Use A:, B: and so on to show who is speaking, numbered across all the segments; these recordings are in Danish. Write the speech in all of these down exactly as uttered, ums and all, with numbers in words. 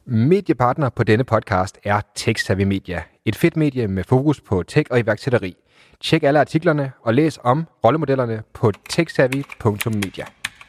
A: Mediepartner på denne podcast er TechSavvy Media. Et fedt medie med fokus på tech og iværksætteri. Tjek alle artiklerne og læs om rollemodellerne på techsavvy punktum media.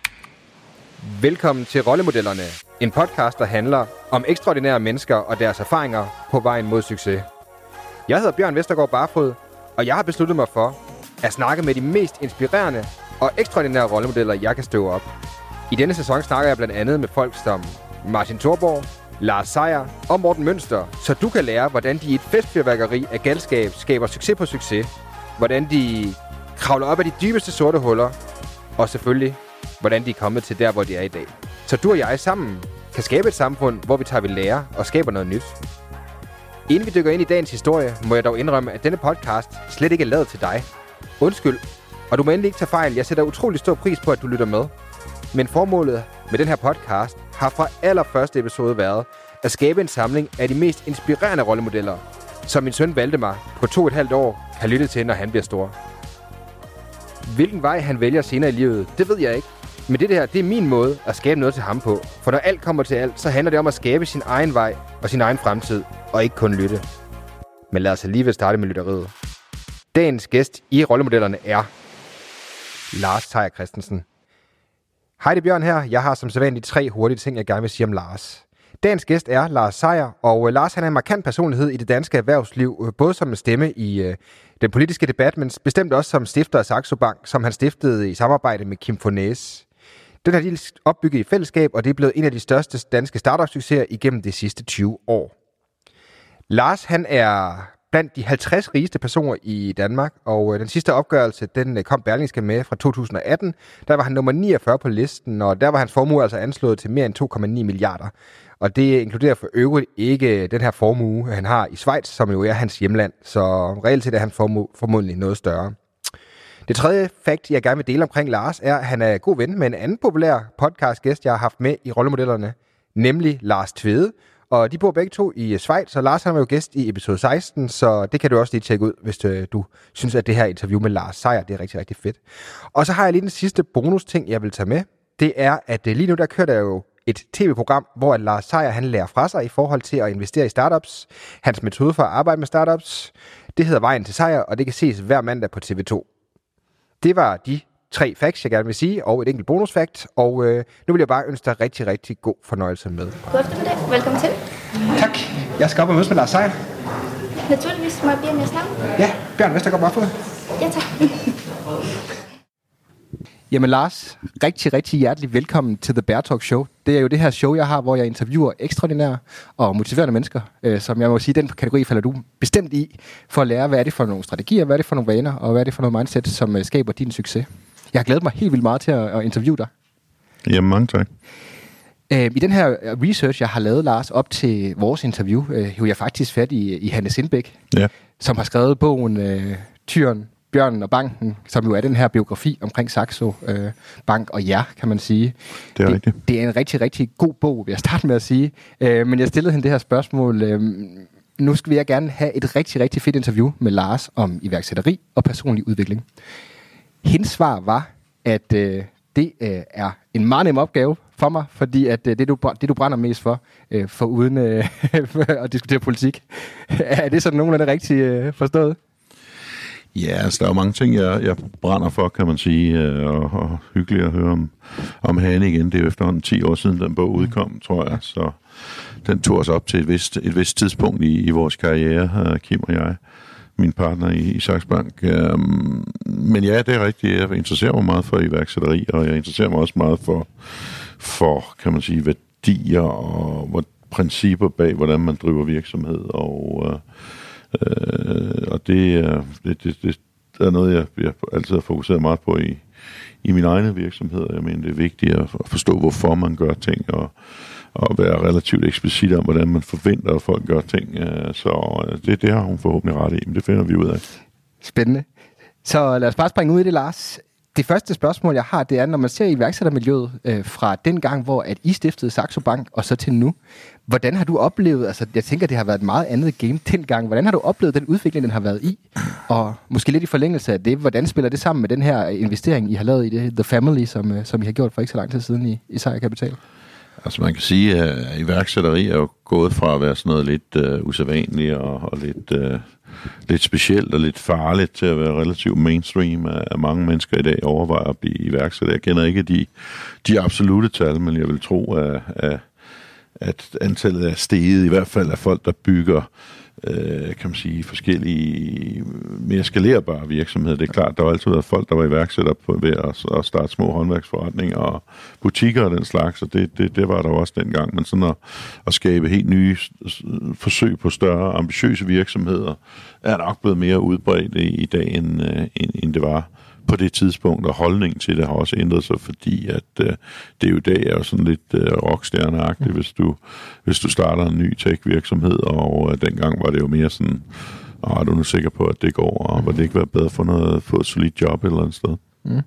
A: Velkommen til Rollemodellerne, en podcast, der handler om ekstraordinære mennesker og deres erfaringer på vejen mod succes. Jeg hedder Bjørn Vestergaard Barfod, og jeg har besluttet mig for at snakke med de mest inspirerende og ekstraordinære rollemodeller, jeg kan støve op. I denne sæson snakker jeg blandt andet med folk som Martin Thorborg, Lars Seier og Morten Mønster, så du kan lære, hvordan de i et festfyrværkeri af galskab skaber succes på succes, hvordan de kravler op af de dybeste sorte huller, og selvfølgelig, hvordan de er kommet til der, hvor de er i dag. Så du og jeg sammen kan skabe et samfund, hvor vi tager ved lære og skaber noget nyt. Inden vi dykker ind i dagens historie, må jeg dog indrømme, at denne podcast slet ikke er lavet til dig. Undskyld, og du må endelig ikke tage fejl. Jeg sætter utrolig stor pris på, at du lytter med. Men formålet med den her podcast har fra allerførste episode været at skabe en samling af de mest inspirerende rollemodeller, som min søn Valdemar på to og et halvt år kan lytte til, når han bliver stor. Hvilken vej han vælger senere i livet, det ved jeg ikke. Men det her, det er min måde at skabe noget til ham på. For når alt kommer til alt, så handler det om at skabe sin egen vej og sin egen fremtid, og ikke kun lytte. Men lad os alligevel starte med lytteriet. Dagens gæst i rollemodellerne er Lars Seier Christensen. Hej, det er Bjørn her. Jeg har som sædvanligt tre hurtige ting, jeg gerne vil sige om Lars. Dagens gæst er Lars Seier, og Lars han er en markant personlighed i det danske erhvervsliv, både som en stemme i øh, den politiske debat, men bestemt også som stifter af Saxo Bank, som han stiftede i samarbejde med Kim Fornæs. Den har de opbygget i fællesskab, og det er blevet en af de største danske startup-succeser igennem de sidste tyve år. Lars han er blandt de halvtreds rigeste personer i Danmark, og den sidste opgørelse, den kom Berlingske med fra to tusind og atten. Der var han nummer niogfyrre på listen, og der var hans formue altså anslået til mere end to komma ni milliarder. Og det inkluderer for øvrigt ikke den her formue, han har i Schweiz, som jo er hans hjemland, så reelt set er han formue formodentlig noget større. Det tredje fact, jeg gerne vil dele omkring Lars, er, at han er god ven med en anden populær podcastgæst, jeg har haft med i rollemodellerne, nemlig Lars Tvede. Og de bor begge to i Schweiz, og Lars han var jo gæst i episode seksten, så det kan du også lige tjekke ud, hvis du synes, at det her interview med Lars Seier, det er rigtig, rigtig fedt. Og så har jeg lige den sidste bonus ting, jeg vil tage med. Det er, at lige nu der kører der jo et tv-program, hvor Lars Seier han lærer fra sig i forhold til at investere i startups. Hans metode for at arbejde med startups, det hedder Vejen til Seier, og det kan ses hver mandag på T V to. Det var de tre facts, jeg gerne vil sige, og et enkelt bonusfakt. Og øh, nu vil jeg bare ønske dig rigtig, rigtig god fornøjelse med.
B: Godt for det. Velkommen til.
A: Tak. Jeg skal op og mødes med Lars Seier.
B: Naturligvis. Må jeg bede om jeres navn?
A: Ja, Bjørn Vestergaard Barfod.
B: Ja, tak.
A: Jamen Lars, rigtig, rigtig hjertelig velkommen til The Bear Talk Show. Det er jo det her show, jeg har, hvor jeg interviewer ekstraordinære og motiverende mennesker, øh, som jeg må sige, den kategori falder du bestemt i, for at lære, hvad er det for nogle strategier, hvad er det for nogle vaner, og hvad er det for noget mindset, som øh, skaber din succes. Jeg har glædet mig helt vildt meget til at, at interviewe dig.
C: Jamen, mange tak.
A: Øh, I den her research, jeg har lavet, Lars, op til vores interview, øh, hævde jeg faktisk fat i, i Hanne Sindbæk,
C: ja.
A: som har skrevet bogen øh, Tyren, Bjørnen og Banken, som jo er den her biografi omkring Saxo øh, Bank og jer, kan man sige.
C: Det er
A: det,
C: rigtigt.
A: Det er en rigtig, rigtig god bog, vil jeg starte med at sige. Øh, men jeg stillede hende det her spørgsmål. Øh, nu skal jeg gerne have et rigtig, rigtig fedt interview med Lars om iværksætteri og personlig udvikling. Hendes svar var, at øh, det øh, er en meget nem opgave for mig, fordi at øh, det, du, det, du brænder mest for, øh, for uden øh, at diskutere politik, er det sådan nogenlunde rigtigt øh, forstået?
C: Ja, altså der er jo mange ting, jeg, jeg brænder for, kan man sige, og, og hyggeligt at høre om, om Hanne igen. Det er jo efterhånden ti år siden, den bog udkom, tror jeg, så den tog os op til et vist, et vist tidspunkt i, i vores karriere, Kim og jeg, min partner i, i Saxo Bank. Um, men ja, det er rigtigt, jeg interesserer mig meget for iværksætteri, og jeg interesserer mig også meget for, for kan man sige, værdier og hvor, principper bag, hvordan man driver virksomhed, og uh, Øh, og det, det, det, det er noget, jeg, jeg altid har fokuseret meget på i, i mine egne virksomheder. Jeg mener, det er vigtigt at forstå, hvorfor man gør ting, og, og være relativt eksplicit om, hvordan man forventer, at folk gør ting. Så det, det har hun forhåbentlig ret i, men det finder vi ud af.
A: Spændende. Så lad os bare springe ud i det, Lars. Det første spørgsmål, jeg har, det er, når man ser iværksættermiljøet øh, fra den gang, hvor at I stiftede Saxo Bank, og så til nu. Hvordan har du oplevet, altså jeg tænker, det har været et meget andet game dengang. Hvordan har du oplevet den udvikling, den har været i? Og måske lidt i forlængelse af det, hvordan spiller det sammen med den her investering, I har lavet i det The Family, som, som I har gjort for ikke så lang tid siden i, i Seier Kapital?
C: Altså man kan sige, at iværksætteri er jo gået fra at være sådan noget lidt øh, usædvanligt og, og lidt, øh, lidt specielt og lidt farligt til at være relativt mainstream, at mange mennesker i dag overvejer at blive iværksætter. Jeg kender ikke de, de absolute tal, men jeg vil tro, at, at, at antallet er steget, i hvert fald af folk, der bygger øh, kan man sige, forskellige mere skalerbare virksomheder. Det er klart, der har altid været folk, der var iværksætter på ved at, at starte små håndværksforretninger og butikker og den slags, og det, det, det var der også dengang. Men sådan at, at skabe helt nye forsøg på større, ambitiøse virksomheder, er nok blevet mere udbredt i, i dag, end, end, end det var på det tidspunkt, og holdningen til det har også ændret sig, fordi at øh, det jo i dag er jo sådan lidt øh, rockstjerneagtigt, hvis du, hvis du starter en ny tech-virksomhed, og øh, dengang var det jo mere sådan, åh, er du nu sikker på, at det går, og var det ikke været bedre for noget, få et solidt job et eller andet sted? Mm.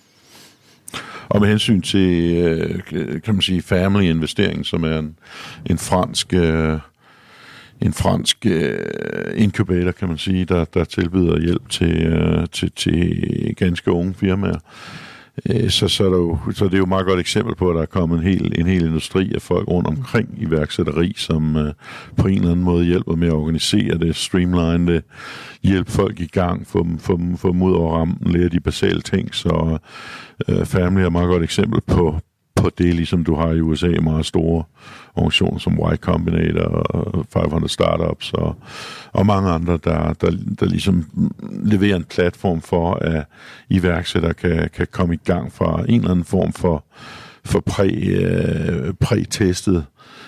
C: Og med hensyn til, øh, kan man sige, family investering, som er en, en fransk... Øh, en fransk øh, incubator, kan man sige, der, der tilbyder hjælp til, øh, til, til ganske unge firmaer. Øh, så, så, er der jo, så det er jo et meget godt eksempel på, at der er kommet en hel, en hel industri af folk rundt omkring iværksætteri, som øh, på en eller anden måde hjælper med at organisere det, streamline det, hjælpe folk i gang, få dem, få dem, få dem ud over rampen, lære de basale ting. Så øh, Family er et meget godt eksempel på, på det, ligesom du har i U S A meget store organisationer som Y Combinator og fem hundrede Startups og, og mange andre, der, der, der ligesom leverer en platform for, at iværksættere kan, kan komme i gang fra en eller anden form for, for præ, øh, præ-testet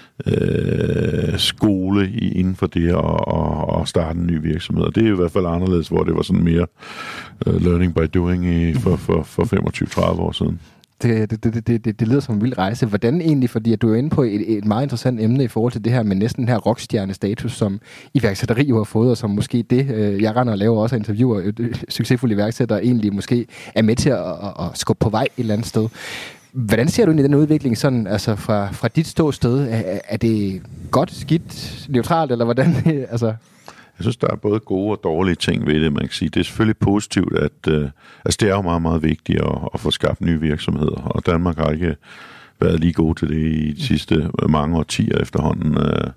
C: øh, skole i, inden for det og, og, og starte en ny virksomhed. Og det er i hvert fald anderledes, hvor det var sådan mere uh, learning by doing i, for, for, for femogtyve til tredive år siden.
A: Det, det, det, det, det, det lyder som en vild rejse. Hvordan egentlig, fordi at du er inde på et, et meget interessant emne i forhold til det her med næsten den her rockstjerne-status, som iværksætteri jo har fået, og som måske det, øh, jeg render og laver også interviewer, øh, succesfulde iværksættere egentlig måske er med til at, at, at skubbe på vej et eller andet sted. Hvordan ser du egentlig den udvikling sådan, altså fra, fra dit ståsted? Er, er det godt, skidt, neutralt, eller hvordan? altså...
C: Jeg synes, der er både gode og dårlige ting ved det, man kan sige. Det er selvfølgelig positivt, at øh, altså det er jo meget, meget vigtigt at, at få skabt nye virksomheder, og Danmark har ikke været lige god til det i de sidste mange årtier efterhånden. Øh,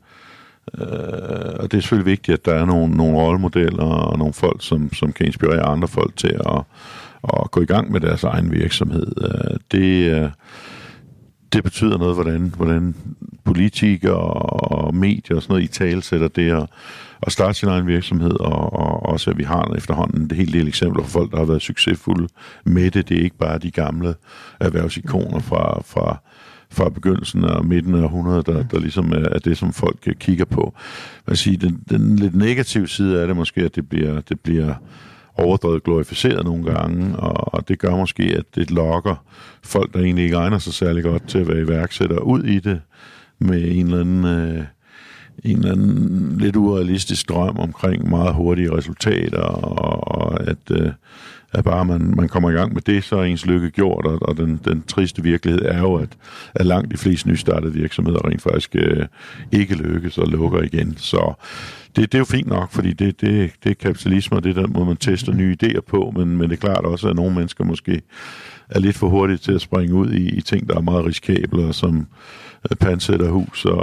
C: øh, og det er selvfølgelig vigtigt, at der er nogle, nogle rollemodeller og nogle folk, som, som kan inspirere andre folk til at, at gå i gang med deres egen virksomhed. Øh, det øh, Det betyder noget, hvordan, hvordan politikere og medier og sådan noget i tale sætter det at, at starte sin egen virksomhed, og, og også at vi har efterhånden en hel del eksempler på folk, der har været succesfulde med det. Det er ikke bare de gamle erhvervsikoner fra, fra, fra begyndelsen af midten af århundredet, der, der ligesom er, er det, som folk kigger på. Man siger, den, den lidt negative side af det måske, at det bliver, det bliver overdrevet glorificeret nogle gange, og, og det gør måske, at det lokker folk, der egentlig ikke egner sig særlig godt til at være iværksættere, ud i det med en eller anden, øh, en eller anden lidt urealistisk drøm omkring meget hurtige resultater, og, og at, øh, at bare man, man kommer i gang med det, så er ens lykke gjort, og, og den, den triste virkelighed er jo, at, at langt de fleste nystartede virksomheder rent faktisk øh, ikke lykkes og lukker igen. Så Det, det er jo fint nok, fordi det, det, det er kapitalisme, og det er den måde, man tester nye idéer på, men, men det er klart også, at nogle mennesker måske er lidt for hurtige til at springe ud i, i ting, der er meget risikable, som pantsætter hus og,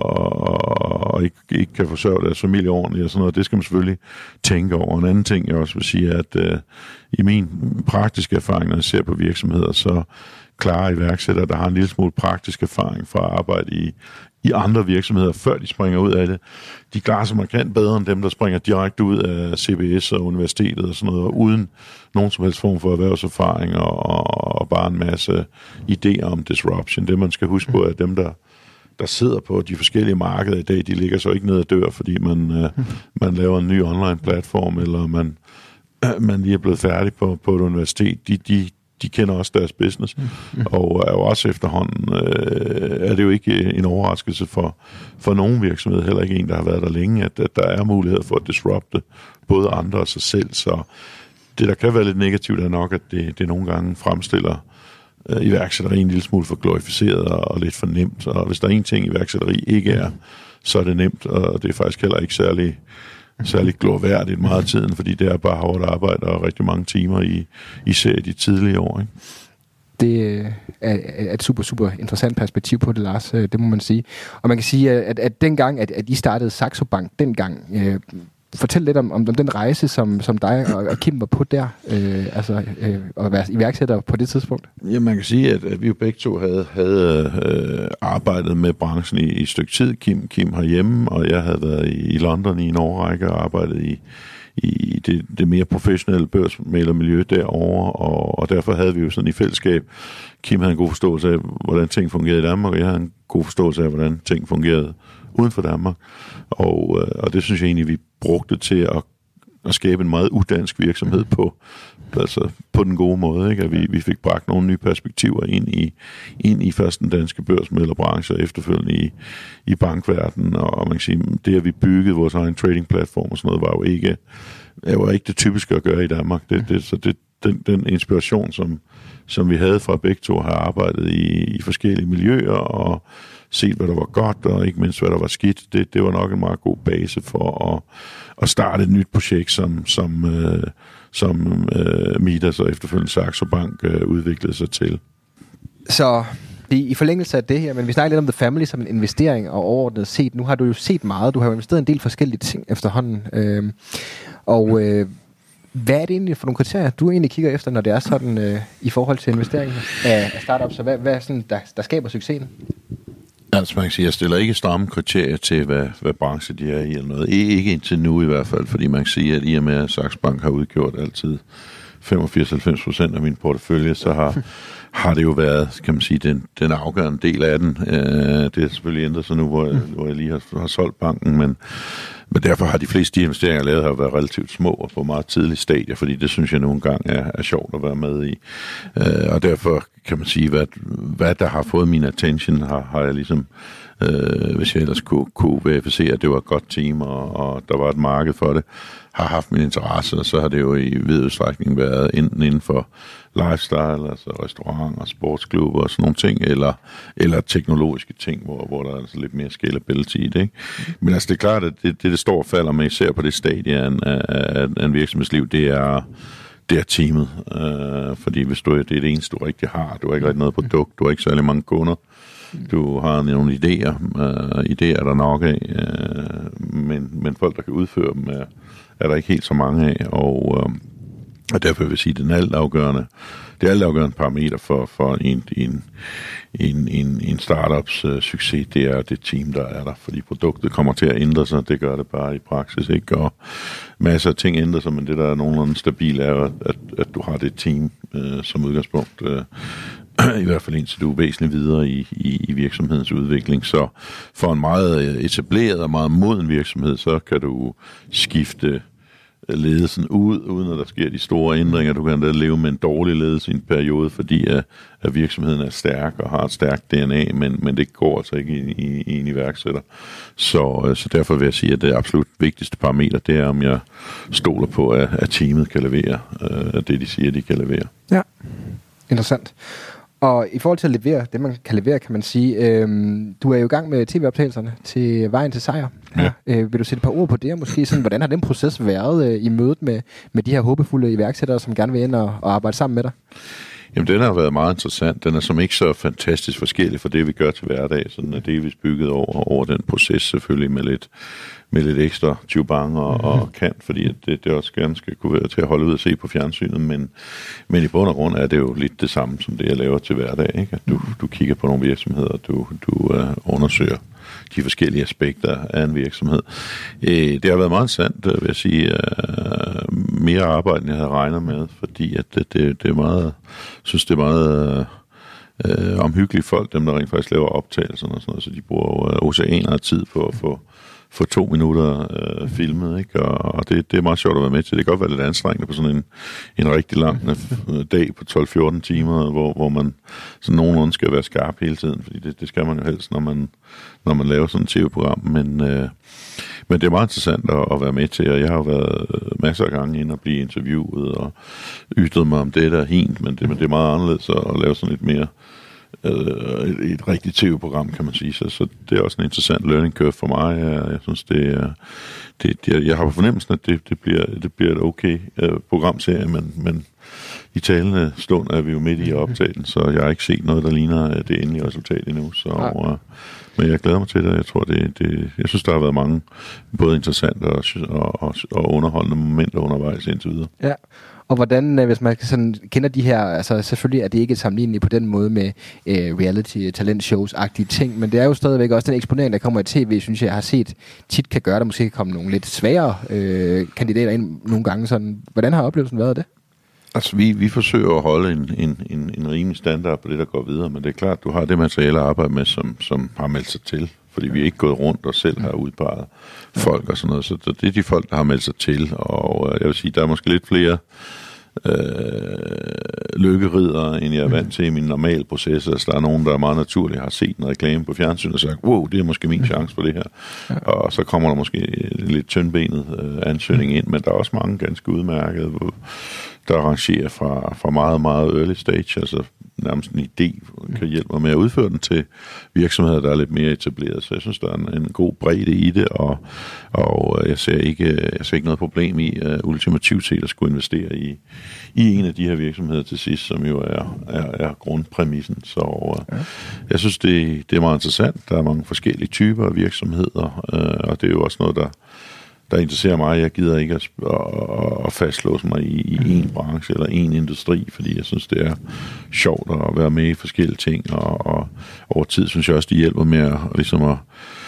C: og, og ikke, ikke kan forsørge deres familie ordentligt og sådan noget. Det skal man selvfølgelig tænke over. En anden ting, jeg også vil sige, er, at uh, i min praktiske erfaring, når jeg ser på virksomheder, så klare iværksættere, der har en lille smule praktisk erfaring fra at arbejde i i andre virksomheder, før de springer ud af det. De klarer sig markant bedre end dem, der springer direkte ud af C B S og universitetet og sådan noget, uden nogen som helst form for erhvervserfaring og, og bare en masse idéer om disruption. Det, man skal huske på, er dem, der, der sidder på de forskellige markeder i dag, de ligger så ikke ned og dør, fordi man, øh, man laver en ny online-platform, eller man, øh, man lige er blevet færdig på, på et universitet. De, de De kender også deres business, mm. og er jo også efterhånden, øh, er det jo ikke en overraskelse for, for nogen virksomhed, heller ikke en, der har været der længe, at, at der er mulighed for at disrupte både andre og sig selv. Så det, der kan være lidt negativt, er nok, at det, det nogle gange fremstiller øh, iværksætteri en lille smule for glorificeret og lidt for nemt. Og hvis der er en ting, iværksætteri ikke er, så er det nemt, og det er faktisk heller ikke særlig særligt glorværdigt meget af tiden, fordi det er bare hårdt arbejde og rigtig mange timer i især i de tidlige år, ikke?
A: Det er, er et super, super interessant perspektiv på det, Lars. Det må man sige. Og man kan sige, at, at dengang, at, at I startede Saxo Bank dengang, øh, fortæl lidt om, om den rejse, som, som dig og, og Kim var på der, øh, altså øh, at være iværksætter på det tidspunkt.
C: Ja, man kan sige, at, at vi jo begge to havde, havde øh, arbejdet med branchen i, i et stykke tid. Kim, Kim herhjemme, og jeg havde været i, i London i en årrække og arbejdet i, i det, det mere professionelle børsmæglermiljø derovre, og, og derfor havde vi jo sådan i fællesskab. Kim havde en god forståelse af, hvordan ting fungerede i Danmark, og jeg havde en god forståelse af, hvordan ting fungerede uden for Danmark. Og, og det synes jeg egentlig, vi brugte til at, at skabe en meget udansk virksomhed på, altså på den gode måde. Ikke? At vi, vi fik bragt nogle nye perspektiver ind i, ind i først den danske børsmæglerbranche og efterfølgende i, i bankverdenen. Og man kan sige, det at vi byggede vores egen tradingplatform og sådan noget, var jo ikke, var ikke det typiske at gøre i Danmark. Det, det, så det, den, den inspiration, som, som vi havde fra begge to, har arbejdet i, i forskellige miljøer og set, hvad der var godt, og ikke mindst, hvad der var skidt. Det, det var nok en meget god base for at, at starte et nyt projekt, som, som, øh, som øh, Midas og efterfølgende Saxo Bank øh, udviklede sig til.
A: Så i, i forlængelse af det her, men vi snakker lidt om The Family som en investering, og overordnet set, nu har du jo set meget, du har jo investeret en del forskellige ting efterhånden, øh, og øh, hvad er det egentlig for nogle kriterier, du egentlig kigger efter, når det er sådan øh, i forhold til investeringen af, af startups, så hvad, hvad er sådan, der, der skaber succesen?
C: Altså man kan sige, jeg stiller ikke stramme kriterier til, hvad, hvad branche de er i eller noget. Ikke indtil nu i hvert fald, fordi man kan sige, at i og med, at Saxo Bank har udgjort altid femogfirs til halvfems procent af min portefølje, så har, har det jo været, kan man sige, den, den afgørende del af den. Det har selvfølgelig ændret sig nu, hvor jeg, hvor jeg lige har, har solgt banken, men, men derfor har de fleste de investeringer, jeg lavet, har været relativt små og på meget tidlige stadier, fordi det synes jeg nogle gange er, er sjovt at være med i. Og derfor kan man sige, hvad, hvad der har fået min attention, har, har jeg ligesom, øh, hvis jeg ellers kunne, kunne verificere, at det var et godt team, og, og der var et marked for det, har haft min interesse, og så har det jo i vid udstrækning været enten inden for lifestyle, altså restauranter, sportsklubber og sådan nogle ting, eller, eller teknologiske ting, hvor, hvor der er altså lidt mere scalability i det. Ikke? Men altså det er klart, at det, det, det står og falder med, især på det stadie af en, af, af en virksomhedsliv, det er det er teamet. Øh, fordi hvis du, det er det eneste, du rigtig har, du har ikke rigtig noget produkt, du har ikke særlig mange kunder, du har nogle idéer, øh, idéer er der nok af, øh, men, men folk, der kan udføre dem, er, er der ikke helt så mange af, og, øh, og derfor vil jeg sige, at den altafgørende, det altafgørende parameter for, for en, en, en, en, en startups uh, succes, det er det team, der er der, fordi produktet kommer til at ændre sig, det gør det bare i praksis, ikke? Og masser af ting ændrer sig, men det, der er nogenlunde stabilt, er, at, at du har det team uh, som udgangspunkt, uh, i hvert fald indtil du er væsentligt videre i, i, i virksomhedens udvikling. Så for en meget etableret og meget moden virksomhed, så kan du skifte ledelsen ud, uden at der sker de store ændringer. Du kan da leve med en dårlig ledelse i en periode, fordi at, at virksomheden er stærk og har et stærkt D N A, men, men det går altså ikke i, i, i en iværksætter. Så, så derfor vil jeg sige, at det absolut vigtigste parameter, det er, om jeg stoler på, at, at teamet kan levere øh, det, de siger, de kan levere.
A: Ja, interessant. Og i forhold til at levere, det man kan levere, kan man sige, øhm, du er jo i gang med tv-optagelserne til Vejen til Sejr.
C: Ja.
A: Øh, vil du sætte et par ord på det, og måske sådan, hvordan har den proces været øh, i mødet med, med de her håbefulde iværksættere, som gerne vil ind og, og arbejde sammen med dig?
C: Jamen, den har været meget interessant. Den er som ikke så fantastisk forskellig fra det, vi gør til hverdag. Så den er delvis bygget over, over den proces, selvfølgelig med lidt, med lidt ekstra tjubang og, mm-hmm. og kant, fordi det, det også gerne skal kunne være til at holde ud og se på fjernsynet. Men, men i bund og grund er det jo lidt det samme, som det, jeg laver til hverdag. Ikke? At du, du kigger på nogle virksomheder, du, du uh, undersøger de forskellige aspekter af en virksomhed. Øh, det har været meget sandt, vil jeg sige, øh, mere arbejde, end jeg havde regnet med, fordi at det, det, det er meget, synes det er meget øh, omhyggelige folk, dem der rent faktisk laver optagelser og sådan noget, så de bruger øh, oceaner af tid på at få for to minutter øh, filmet, ikke? Og, og det, det er meget sjovt at være med til. Det kan godt være lidt anstrengende på sådan en, en rigtig lang dag på tolv fjorten timer, hvor, hvor man sådan nogenlunde skal være skarp hele tiden, fordi det, det skal man jo helst, når man, når man laver sådan et tv-program. Men, øh, men det er meget interessant at, at være med til, og jeg har jo været masser af gange inde og blive interviewet og ytret mig om det, der er hint, men det, men det er meget anderledes at lave sådan lidt mere Et, et rigtigt tv-program, kan man sige. Så, så det er også en interessant learning curve for mig. Jeg, jeg synes, det er... Det, det, jeg har på fornemmelsen, at det, det, bliver, det bliver et okay uh, programserie, men, men i talende stund er vi jo midt i optagelsen, så jeg har ikke set noget, der ligner det endelige resultat endnu. Så, ja. uh, men jeg glæder mig til det. Jeg tror, det, det, jeg synes, der har været mange både interessante og, og, og, og underholdende momenter undervejs indtil videre.
A: Ja. Og hvordan, hvis man sådan kender de her, altså selvfølgelig er det ikke sammenligneligt på den måde med øh, reality-talent-shows-agtige ting, men det er jo stadigvæk også den eksponering, der kommer i tv, synes jeg, jeg har set tit kan gøre, der måske kan komme nogle lidt sværere øh, kandidater ind nogle gange. Sådan. Hvordan har oplevelsen været af det?
C: Altså, vi, vi forsøger at holde en, en, en, en rimelig standard på det, der går videre, men det er klart, du har det materiale at arbejde med, som, som har meldt sig til, fordi vi er ikke gået rundt og selv har udpeget folk og sådan noget, så det er de folk, der har meldt sig til, og jeg vil sige, der er måske lidt flere øh, lykkeriddere, end jeg er vant til i min normale proces. Altså, der er nogen, der er meget naturligt har set en reklame på fjernsyn og sagt, wow, det er måske min chance for det her. Ja. Og så kommer der måske lidt tyndbenet øh, ansøgning ind, men der er også mange ganske udmærkede, der arrangerer fra, fra meget, meget early stage, altså nærmest en idé, kan hjælpe mig med at udføre den til virksomheder, der er lidt mere etableret. Så jeg synes, der er en, en god bredde i det, og, og jeg, ser ikke, jeg ser ikke noget problem i uh, ultimativt set at skulle investere i, i en af de her virksomheder til sidst, som jo er, er, er grundpræmissen. Så uh, ja. jeg synes, det, det er meget interessant. Der er mange forskellige typer af virksomheder, uh, og det er jo også noget, der der interesserer mig. Jeg gider ikke at, at, at fastlåse mig i, i en branche eller en industri, fordi jeg synes, det er sjovt at være med i forskellige ting, og, og over tid synes jeg også, det hjælper med at, ligesom at,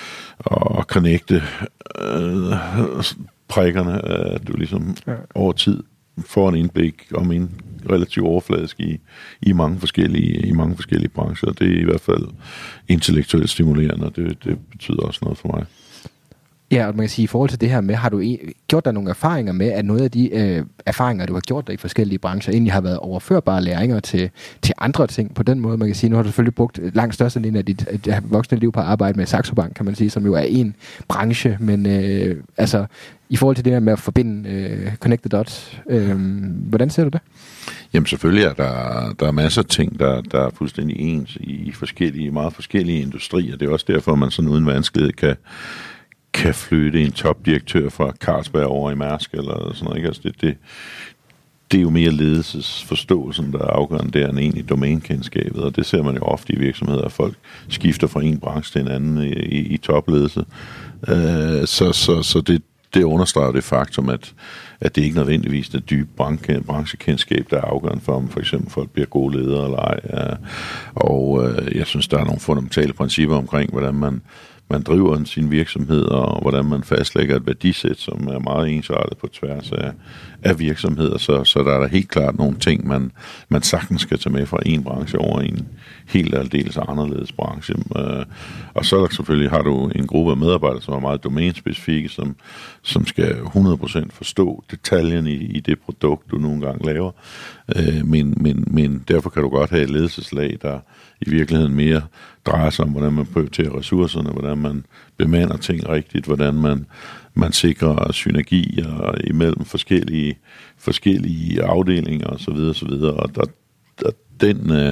C: at connecte øh, prikkerne, at du ligesom over tid får en indblik om en relativt overfladisk i, i, mange forskellige, i mange forskellige brancher. Det er i hvert fald intellektuelt stimulerende, og det, det betyder også noget for mig.
A: Ja, og man kan sige, i forhold til det her med, har du e- gjort dig nogle erfaringer med, at nogle af de øh, erfaringer, du har gjort dig i forskellige brancher, egentlig har været overførbare læringer til, til andre ting på den måde? Man kan sige, nu har du selvfølgelig brugt langt størstedelen af dit, dit voksne liv på at arbejde med Saxo Bank, kan man sige, som jo er en branche, men øh, altså, i forhold til det her med at forbinde øh, Connect the Dots, øh, hvordan ser du det?
C: Jamen selvfølgelig er der, der er masser af ting, der, der er fuldstændig ens i forskellige, meget forskellige industrier. Det er også derfor, man sådan uden vanskelighed kan kan flytte en topdirektør fra Carlsberg over i Mærsk, eller sådan noget, ikke? Altså det, det, det er jo mere ledelsesforståelsen, der er afgørende der, end egentlig domænekendskabet, og det ser man jo ofte i virksomheder, at folk skifter fra en branche til en anden i, i, i topledelse. Uh, så så, så det, det understreger det faktum, at, at det ikke nødvendigvis er dybe branchekendskab, der er afgørende for, om for eksempel folk bliver gode ledere eller ej. Uh, og uh, jeg synes, der er nogle fundamentale principper omkring, hvordan man man driver sin virksomhed, og hvordan man fastlægger et værdisæt, som er meget ensartet på tværs af, af virksomheder. Så, så der er der helt klart nogle ting, man, man sagtens skal tage med fra en branche over i en helt aldeles anderledes branche. Og så er der selvfølgelig, har du en gruppe af medarbejdere, som er meget domænespecifikke, som, som skal hundrede procent forstå detaljen i, i det produkt, du nogle gange laver. Men, men, men derfor kan du godt have et ledelseslag, der i virkeligheden mere drejer sig om, hvordan man prioriterer ressourcerne, hvordan man bemander ting rigtigt, hvordan man, man sikrer synergier imellem forskellige, forskellige afdelinger osv. osv. Og der, der, den, øh,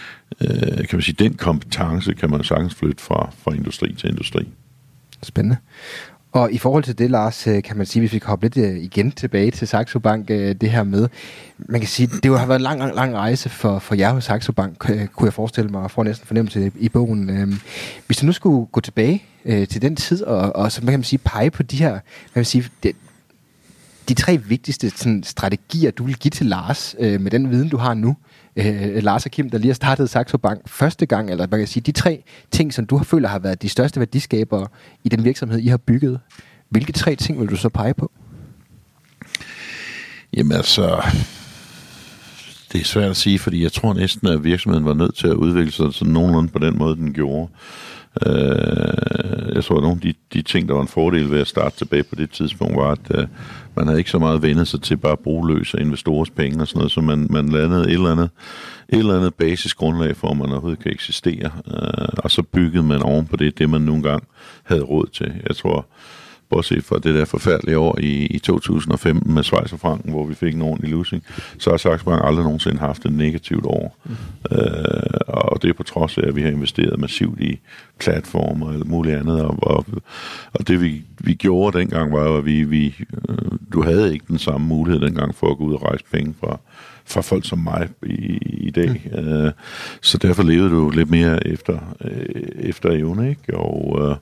C: kan man sige, den kompetence kan man sagtens flytte fra, fra industri til industri.
A: Spændende. Og i forhold til det, Lars, kan man sige, hvis vi kan hoppe lidt igen tilbage til Saxo Bank, det her med, man kan sige, det har været en lang, lang, lang rejse for, for jer hos Saxo Bank, kunne jeg forestille mig, og får næsten fornemmelse i bogen. Hvis du nu skulle gå tilbage til den tid, og, og så kan man sige, pege på de her, man kan sige, det, de tre vigtigste sådan, strategier, du vil give til Lars, med den viden, du har nu, Øh, Lars og Kim, der lige har startet Saxo Bank første gang, eller man kan sige, de tre ting, som du har føler har været de største værdiskabere i den virksomhed, I har bygget. Hvilke tre ting vil du så pege på?
C: Jamen altså, det er svært at sige, fordi jeg tror næsten, at virksomheden var nødt til at udvikle sig sådan nogenlunde på den måde, den gjorde. Uh, jeg tror, at nogle af de, de ting, der var en fordel ved at starte tilbage på det tidspunkt, var, at uh, man havde ikke så meget vendt sig til bare at bruge løs af investorers penge og sådan noget, så man, man landede et eller andet, et eller andet basisgrundlag for, at man overhovedet kan eksistere. Uh, og så byggede man oven på det, det man nogle gange havde råd til. Jeg tror, bortset fra det der forfærdelige år i, i to tusind og femten med Schweizerfranken, hvor vi fik en ordentlig losing, så har Saxo Bank aldrig nogensinde haft et negativt år. Mm. Øh, og det er på trods af, at vi har investeret massivt i platformer og alt muligt andet. Og, og, og det vi, vi gjorde dengang var jo, at vi, vi, du havde ikke den samme mulighed dengang for at gå ud og rejse penge fra, fra folk som mig i, i dag. Mm. Øh, så derfor levede du lidt mere efter, øh, efter evne, ikke? Og, øh,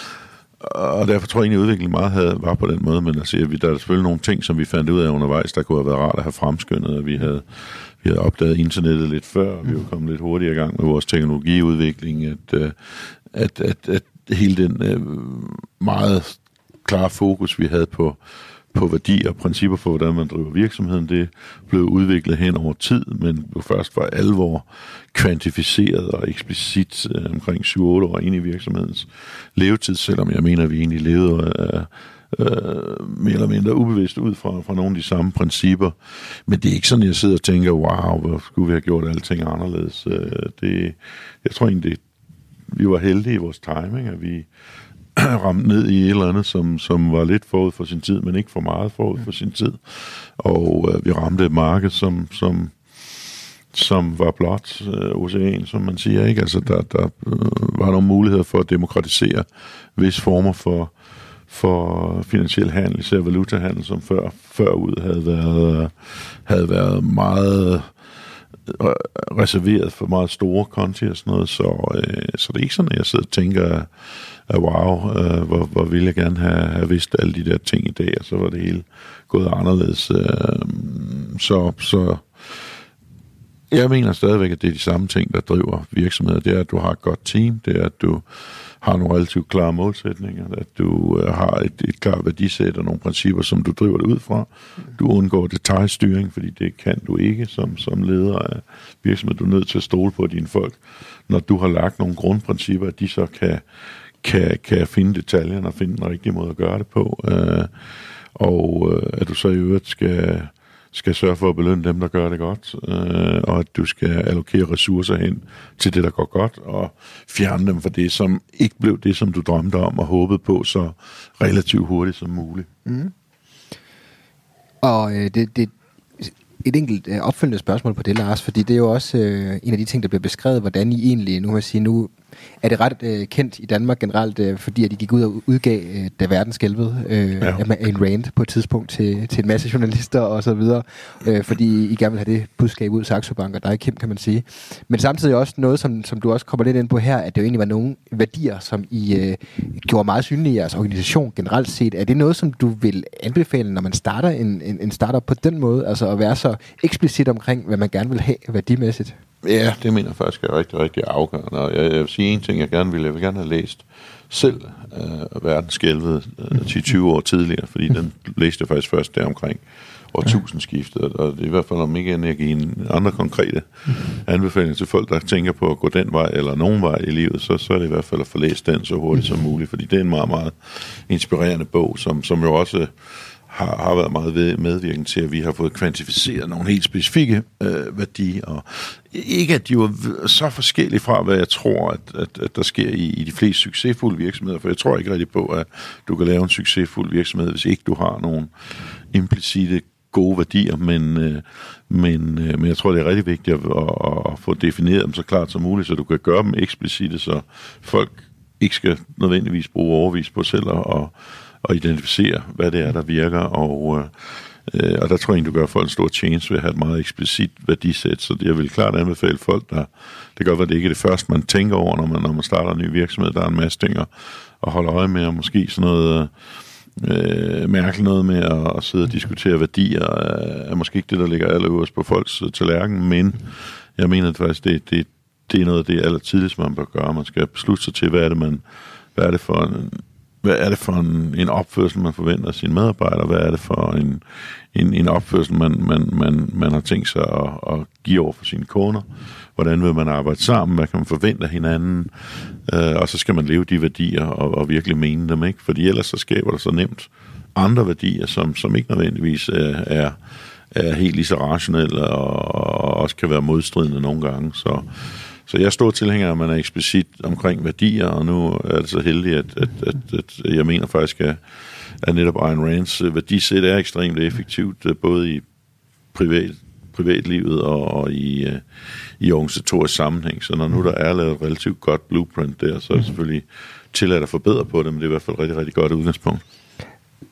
C: og derfor tror jeg egentlig, at udviklingen meget havde, var på den måde, men altså, der er selvfølgelig nogle ting, som vi fandt ud af undervejs, der kunne have været rart at have fremskyndet, og vi havde, vi havde opdaget internettet lidt før, og vi var kommet lidt hurtigere i gang med vores teknologiudvikling, at, at, at, at hele den øh, meget klare fokus, vi havde på på værdier og principper for, hvordan man driver virksomheden, det blev udviklet hen over tid, men jo først var alvor kvantificeret og eksplicit øh, omkring syv otte år ind i virksomhedens levetid, selvom jeg mener, at vi egentlig levede øh, øh, mere eller mindre ubevidst ud fra, fra nogle af de samme principper. Men det er ikke sådan, jeg sidder og tænker, wow, hvor skulle vi have gjort alting anderledes. Øh, det, jeg tror egentlig, det, vi var heldige i vores timing, at vi ramt ned i et eller andet, som, som var lidt forud for sin tid, men ikke for meget forud for sin tid. Og øh, vi ramte et marked, som, som, som var blot øh, ocean, som man siger, ikke? Altså, der, der øh, var nogle muligheder for at demokratisere visse former for, for finansiel handel, især valutahandel, som før, før ud havde været, havde været meget reserveret for meget store konti og sådan noget, så, øh, så det er ikke sådan, at jeg sidder og tænker, at wow, øh, hvor, hvor ville jeg gerne have, have vidst alle de der ting i dag, og så var det hele gået anderledes. Øh, så, så jeg mener stadigvæk, at det er de samme ting, der driver virksomheder. Det er, at du har et godt team, det er, at du har nogle relativt klare målsætninger, at du øh, har et, et klart værdisæt og nogle principper, som du driver det ud fra. Du undgår detaljstyring, fordi det kan du ikke som, som leder af virksomhed. Du er nødt til at stole på dine folk. Når du har lagt nogle grundprincipper, at de så kan, kan, kan finde detaljerne og finde den rigtige måde at gøre det på. Øh, og øh, at du så i øvrigt skal... skal sørge for at belønne dem, der gør det godt, øh, og at du skal allokere ressourcer hen til det, der går godt, og fjerne dem fra det, som ikke blev det, som du drømte om og håbede på, så relativt hurtigt som muligt.
A: Mm. Og øh, det, det et enkelt øh, opfølgende spørgsmål på det, Lars, fordi det er jo også øh, en af de ting, der bliver beskrevet, hvordan I egentlig, nu må jeg sige, nu er det ret øh, kendt i Danmark generelt, øh, fordi at I gik ud og udgav, øh, da verden skælvede, øh, ja. en rant på et tidspunkt til, til en masse journalister og så videre, øh, fordi I gerne vil have det budskab ud, Saxo Bank og dig, Kim, kan man sige. Men samtidig også noget, som, som du også kommer lidt ind på her, at det jo egentlig var nogle værdier, som I øh, gjorde meget synlige i jeres organisation generelt set. Er det noget, som du vil anbefale, når man starter en, en, en startup på den måde, altså at være så eksplicit omkring, hvad man gerne vil have værdimæssigt?
C: Ja, det mener jeg faktisk er rigtig, rigtig afgørende. Og jeg, jeg vil sige en ting, jeg gerne vil. Jeg vil gerne have læst selv uh, Verden skælvede uh, ti til tyve år tidligere, fordi den læste jeg faktisk først der omkring årtusindskiftet. Og det er i hvert fald, om ikke end jeg giver en andre konkrete anbefalinger til folk, der tænker på at gå den vej eller nogen vej i livet, så, så er det i hvert fald at få læst den så hurtigt som muligt, fordi det er en meget, meget inspirerende bog, som, som jo også har, har været meget medvirkende til, at vi har fået kvantificeret nogle helt specifikke øh, værdier, og ikke at de var så forskellige fra, hvad jeg tror, at, at, at der sker i, i de fleste succesfulde virksomheder, for jeg tror ikke rigtig på, at du kan lave en succesfuld virksomhed, hvis ikke du har nogle implicite gode værdier, men, øh, men, øh, men jeg tror, det er rigtig vigtigt at, at, at få defineret dem så klart som muligt, så du kan gøre dem eksplicite, så folk ikke skal nødvendigvis bruge overvis på selv at og identificere, hvad det er, der virker, og, øh, og der tror jeg, du gør folk en stor tjeneste ved at have et meget eksplicit værdisæt, så jeg vil klart anbefale folk, der, det gør, at det ikke er det første, man tænker over, når man, når man starter en ny virksomhed, der er en masse ting at, at holde øje med, og måske sådan noget øh, mærkeligt noget med at, at sidde og diskutere værdier, er måske ikke det, der ligger allerøverst på folks tallerken, men jeg mener at faktisk, det, det, det er noget af det aller tidligst, man bør gøre. Man skal beslutte sig til, hvad er det, man, hvad er det for en Hvad er det for en, en opførsel, man forventer af sine medarbejdere? Hvad er det for en, en, en opførsel, man, man, man, man har tænkt sig at, at give over for sine kunder? Hvordan vil man arbejde sammen? Hvad kan man forvente af hinanden? Øh, og så skal man leve de værdier og, og virkelig mene dem, ikke? Fordi ellers så skaber der så nemt andre værdier, som, som ikke nødvendigvis er, er, er helt lige så rationelle og, og også kan være modstridende nogle gange. Så Så jeg er stor tilhænger, at man er eksplicit omkring værdier, og nu er det så heldigt, at, at, at, at jeg mener faktisk, at, at netop Ayn Rands værdisæt er ekstremt effektivt, både i privat, privatlivet og, og i, i organisatorisk sammenhæng. Så når nu der er lavet et relativt godt blueprint der, så er det selvfølgelig tilladt at forbedre på det, men det er i hvert fald et rigtig, rigtig godt udgangspunkt.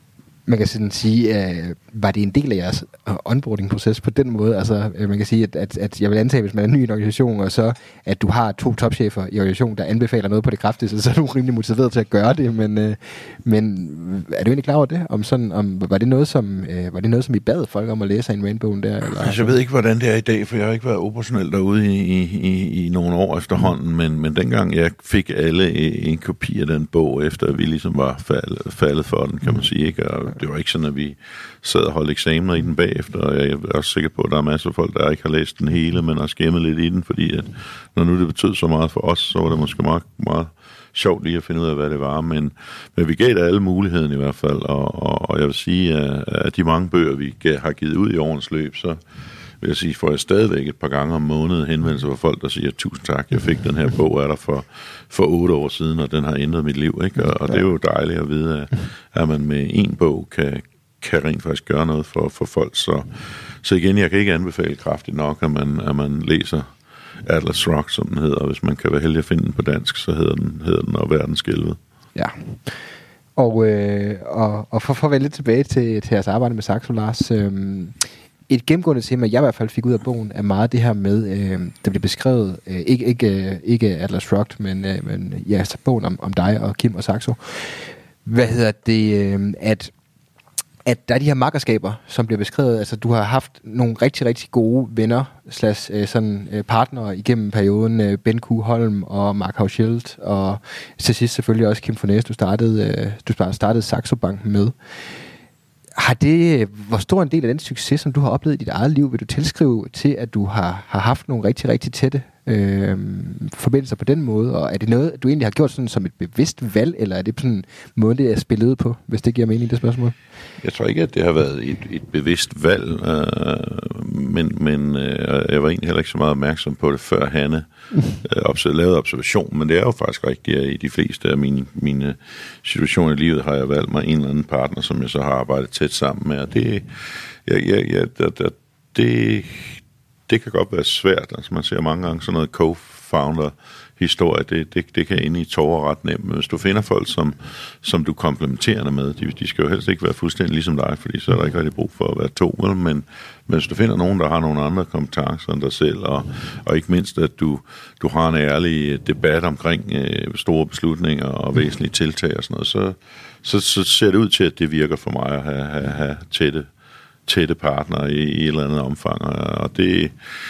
A: man kan sådan sige, øh, var det en del af jeres onboarding-proces på den måde? Altså, øh, man kan sige, at, at, at jeg vil antage, hvis man er ny i en organisation, og så at du har to topchefer i organisationen, der anbefaler noget på det kraftigste, så er du rimelig motiveret til at gøre det, men, øh, men er du egentlig klar over det? Om sådan, om, var, det noget, som, øh, var det noget, som I bad folk om at læse af en Rainbowen der? Eller?
C: Altså, jeg ved ikke, hvordan det er i dag, for jeg har ikke været operationel derude i, i, i, i nogle år efterhånden, mm. men, men dengang jeg fik alle en kopi af den bog, efter vi ligesom var faldet, faldet for den, kan man sige, ikke? Og det var ikke sådan, at vi sad og holdt eksamener i den bagefter, og jeg er også sikker på, at der er masser af folk, der ikke har læst den hele, men har skæmmet lidt i den, fordi at når nu det betød så meget for os, så var det måske meget, meget sjovt lige at finde ud af, hvad det var, men, men vi gav det alle muligheden i hvert fald, og, og, og jeg vil sige, at, at de mange bøger, vi gav, har givet ud i årens løb, så vil jeg sige, får jeg stadigvæk et par gange om måneden henvendelser fra folk, der siger, tusind tak, jeg fik den her bog af dig for, for otte år siden, og den har ændret mit liv, ikke? Og, og det er jo dejligt at vide, at, at man med en bog kan, kan rent faktisk gøre noget for, for folk, så, så igen, jeg kan ikke anbefale kraftigt nok, at man, at man læser Atlas Shrugged, som den hedder, og hvis man kan være heldig at finde den på dansk, så hedder den, hedder den Og Verden Skælvet.
A: Ja. Og, øh, og, og for, for at vende lidt tilbage til, til jeres arbejde med Saxo, Lars, øh, et gennemgående tema, jeg i hvert fald fik ud af bogen, er meget det her med, øh, der bliver beskrevet, øh, ikke, ikke, ikke Atlas Shrugged, men, øh, men ja, altså bogen om, om dig og Kim og Saxo. Hvad hedder det, øh, at at der er de her makkerskaber, som bliver beskrevet, altså du har haft nogle rigtig, rigtig gode venner, slash øh, sådan øh, partnere igennem perioden, øh, Ben Q. Holm og Mark Hauschild, og til sidst selvfølgelig også Kim Fornæs, du startede, øh, du startede Saxo Bank med. Har det, hvor stor en del af den succes, som du har oplevet i dit eget liv, vil du tilskrive til, at du har, har haft nogle rigtig, rigtig tætte øh, forbindelser på den måde? Og er det noget, du egentlig har gjort sådan som et bevidst valg, eller er det sådan en måde, det er spillet ud på, hvis det giver mening, det spørgsmål?
C: Jeg tror ikke, at det har været et, et bevidst valg, øh, men, men øh, jeg var egentlig heller ikke så meget opmærksom på det, før Hanne øh, lavede observation, men det er jo faktisk rigtigt, at i de fleste af mine, mine situationer i livet har jeg valgt mig en eller anden partner, som jeg så har arbejdet tæt sammen med, og det, ja, ja, ja, det, det, det kan godt være svært. Altså man ser mange gange sådan noget co-founder historie, det, det, det kan ende i tårer ret nemt. Men hvis du finder folk, som, som du er komplementerende med, de, de skal jo helst ikke være fuldstændig ligesom dig, fordi så er der ikke rigtig brug for at være to, vel? Men, men hvis du finder nogen, der har nogle andre kompetencer end dig selv, og, og ikke mindst, at du, du har en ærlig debat omkring øh, store beslutninger og væsentlige tiltag og sådan noget, så, så, så ser det ud til, at det virker for mig at have, have, have tætte, tætte partnere i, i et eller andet omfang, og det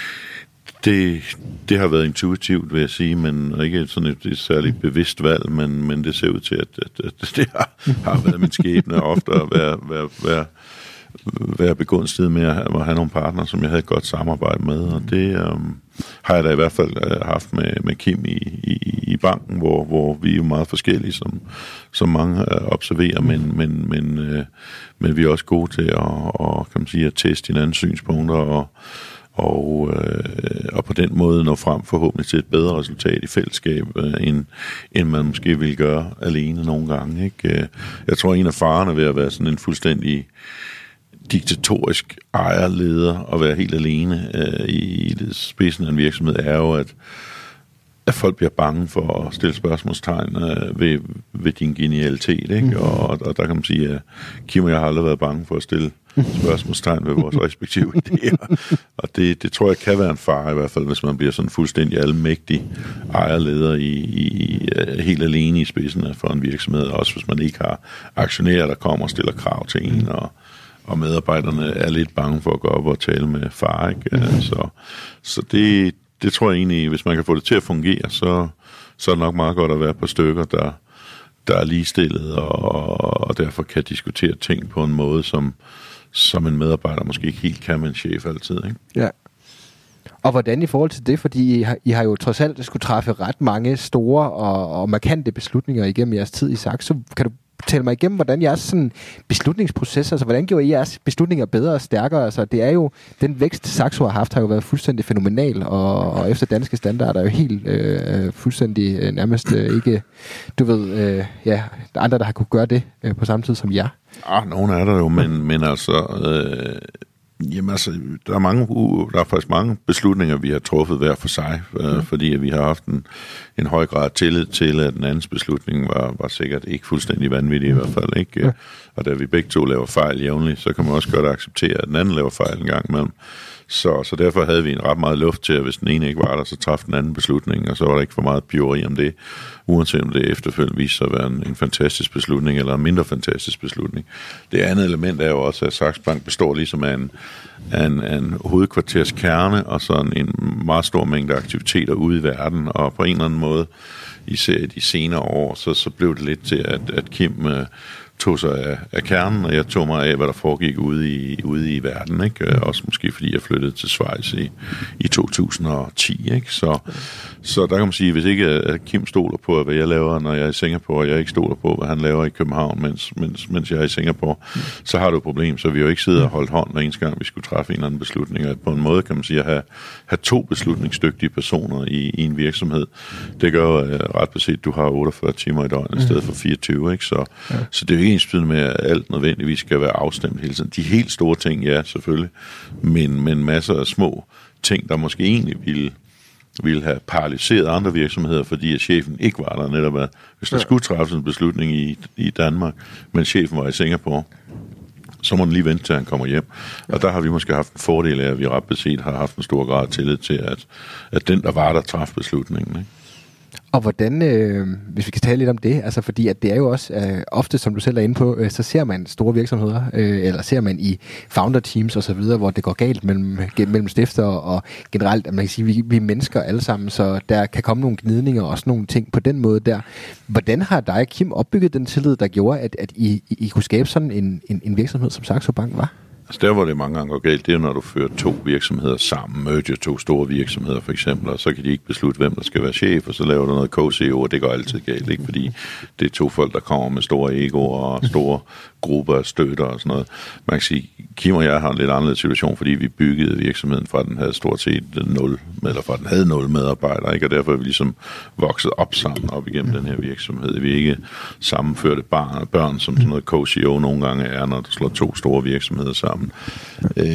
C: Det, det har været intuitivt, vil jeg sige, men ikke sådan et, et særligt bevidst valg, men, men det ser ud til, at, at, at det har, har været min skæbne ofte at være, være, være, være begunstiget med at have, at have nogle partnere, som jeg havde et godt samarbejde med, og det um, har jeg da i hvert fald haft med, med Kim i, i, i banken, hvor, hvor vi er jo meget forskellige, som, som mange observerer, men, men, men, øh, men vi er også gode til at, og, kan man sige, at teste hinandens synspunkter, og Og, øh, og på den måde nå frem forhåbentlig til et bedre resultat i fællesskab, øh, end, end man måske ville gøre alene nogle gange. Ikke? Jeg tror, en af farerne ved at være sådan en fuldstændig diktatorisk ejerleder og være helt alene øh, i, i det spidsen af en virksomhed, er jo, at at folk bliver bange for at stille spørgsmålstegn øh, ved, ved din genialitet, ikke? Mm. Og, og der kan man sige, at Kim og jeg har aldrig været bange for at stille spørgsmålstegn ved vores respektive idéer. Og det, det tror jeg kan være en fare, i hvert fald, hvis man bliver sådan fuldstændig almægtig ejerleder i, i, helt alene i spidsen for en virksomhed, også hvis man ikke har aktionærer, der kommer og stiller krav til en, og, og medarbejderne er lidt bange for at gå op og tale med far, ikke? Mm. Så, så det Det tror jeg egentlig, hvis man kan få det til at fungere, så, så er det nok meget godt at være på stykker, der, der er ligestillet, og, og derfor kan diskutere ting på en måde, som, som en medarbejder måske ikke helt kan med en chef altid. Ikke?
A: Ja. Og hvordan i forhold til det? Fordi I har, I har jo trods alt skulle træffe ret mange store og, og markante beslutninger igennem jeres tid i Saxo. Kan du tale mig igennem, hvordan jeres sådan, beslutningsproces, altså hvordan gjorde I jeres beslutninger bedre og stærkere? Altså det er jo, den vækst Saxo har haft, har jo været fuldstændig fænomenal, og, og efter danske standarder er jo helt øh, fuldstændig øh, nærmest øh, ikke, du ved, øh, ja, der er andre, der har kunne gøre det øh, på samme tid som jer.
C: Ah, nogen er der jo, men, men altså, øh, Jamen altså, der er, mange, der er faktisk mange beslutninger, vi har truffet hver for sig, øh, mm. fordi vi har haft en, en høj grad tillid til, at den andens beslutning var, var sikkert ikke fuldstændig vanvittig i hvert fald. Ikke? Mm. Og da vi begge to laver fejl jævnligt, så kan man også godt acceptere, at den anden laver fejl en gang imellem. Så, så derfor havde vi en ret meget luft til, at hvis den ene ikke var der, så træffede den anden beslutning, og så var der ikke for meget piveri om det, uanset om det efterfølgende viste sig at være en, en fantastisk beslutning, eller en mindre fantastisk beslutning. Det andet element er jo også, at Saxo Bank består ligesom af en, af en, af en hovedkvarters kerne, og så en, en meget stor mængde aktiviteter ude i verden, og på en eller anden måde, især i de senere år, så, så blev det lidt til, at, at Kim øh, tog sig af, af kernen, og jeg tog mig af, hvad der foregik ude i, ude i verden, ikke? Også måske fordi jeg flyttede til Schweiz i, i to tusind og ti, ikke? Så, så der kan man sige, hvis ikke at Kim stoler på, hvad jeg laver, når jeg er i Singapore, og jeg ikke stoler på, hvad han laver i København, mens, mens, mens jeg er i Singapore, så har du et problem. Så vi har jo ikke siddet og holdt hånd hver eneste gang, vi skulle træffe en eller anden beslutning. Og på en måde kan man sige, at have, have to beslutningsdygtige personer i, i en virksomhed, det gør jo ret beset, at du har otteogfyrre timer i døgnet i stedet for fireogtyve, ikke? Så, ja. så det er jo ikke ensbetydende med, at alt nødvendigvis skal være afstemt hele tiden. De helt store ting, ja, selvfølgelig, men, men masser af små ting, der måske egentlig ville, ville have paralyseret andre virksomheder, fordi at chefen ikke var der netop. At, hvis der ja. skulle træffes en beslutning i, i Danmark, men chefen var i Singapore, så må den lige vente til, han kommer hjem. Og der har vi måske haft en fordel af, at vi ret beset har haft en stor grad af tillid til, at, at den, der var der, træffede beslutningen, ikke?
A: Og hvordan, øh, hvis vi kan tale lidt om det, altså fordi at det er jo også øh, ofte, som du selv er inde på, øh, så ser man store virksomheder, øh, eller ser man i founder teams og så videre, hvor det går galt mellem, mellem stifter og generelt, at man kan sige, vi, vi er mennesker alle sammen, så der kan komme nogle gnidninger og sådan nogle ting på den måde der. Hvordan har dig og Kim opbygget den tillid, der gjorde, at, at I, I kunne skabe sådan en, en, en virksomhed, som Saxo Bank var?
C: Altså der, hvor det mange gange går galt, det er, når du fører to virksomheder sammen, merger to store virksomheder for eksempel, og så kan de ikke beslutte, hvem der skal være chef, og så laver du noget co-C E O, og det går altid galt, ikke? Fordi det er to folk, der kommer med store egoer og store grupper af støtter og sådan noget. Man kan sige, Kim og jeg har en lidt anderledes situation, fordi vi byggede virksomheden fra, den havde stort set nul, eller fra den havde nul medarbejdere, ikke? Og derfor er vi ligesom vokset op sammen op igennem den her virksomhed. Vi er ikke sammenførte barn, børn, som sådan noget co-C E O nogle gange er, når du slår to store virksomheder sammen. Øh,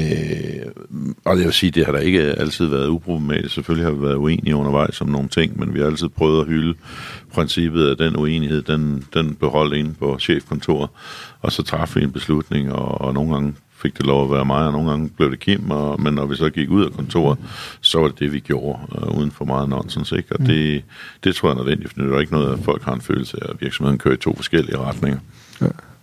C: og jeg vil sige, det har der ikke altid været uproblematisk. Selvfølgelig har vi været uenige undervejs om nogle ting, men vi har altid prøvet at hylde princippet af den uenighed, den, den beholdt inde på chefkontoret, og så træffede vi en beslutning, og, og nogle gange fik det lov at være mig, og nogle gange blev det Kim, og, men når vi så gik ud af kontoret, så var det det, vi gjorde, uh, uden for meget nonsens, ikke? Og det, det tror jeg er nødvendigt, for det er ikke noget, at folk har en følelse af, at virksomheden kører i to forskellige retninger. Ja.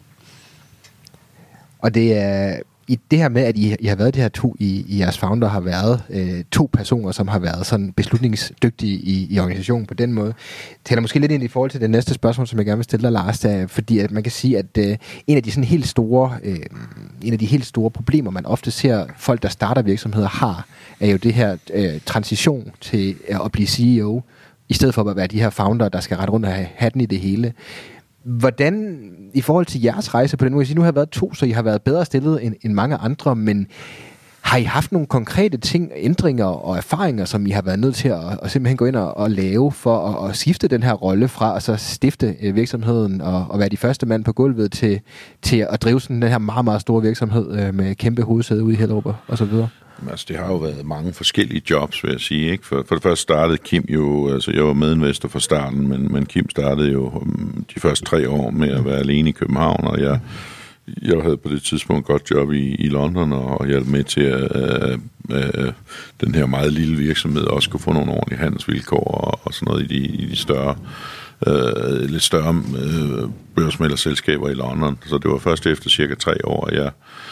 A: Og det er i det her med, at I, I har været det her to, I, I jeres founder har været øh, to personer, som har været sådan beslutningsdygtige i, i organisationen på den måde, taler måske lidt ind i forhold til det næste spørgsmål, som jeg gerne vil stille dig, Lars, der, fordi at man kan sige, at øh, en af de sådan helt store, øh, en af de helt store problemer, man ofte ser folk, der starter virksomheder har, er jo det her øh, transition til øh, at blive C E O, i stedet for at være de her founder, der skal rette rundt og have hatten i det hele. Hvordan, i forhold til jeres rejse på den måde, nu har I været to, så I har været bedre stillet end, end mange andre, men har I haft nogle konkrete ting, ændringer og erfaringer, som I har været nødt til at, at simpelthen gå ind og, og lave for at, at skifte den her rolle fra at så stifte virksomheden og, og være de første mand på gulvet til, til at drive sådan den her meget, meget store virksomhed med kæmpe hovedsæde ude i Hellerup og så videre?
C: Altså, det har jo været mange forskellige jobs, vil jeg sige, ikke? For, for det første startede Kim jo, altså jeg var medinvestor fra starten, men, men Kim startede jo um, de første tre år med at være alene i København, og jeg, jeg havde på det tidspunkt et godt job i, i London, og hjalp med til at uh, uh, den her meget lille virksomhed også kunne få nogle ordentlige handelsvilkår og, og sådan noget i de, i de større uh, lidt større uh, børsmælderselskaber i London. Så det var først efter cirka tre år, at jeg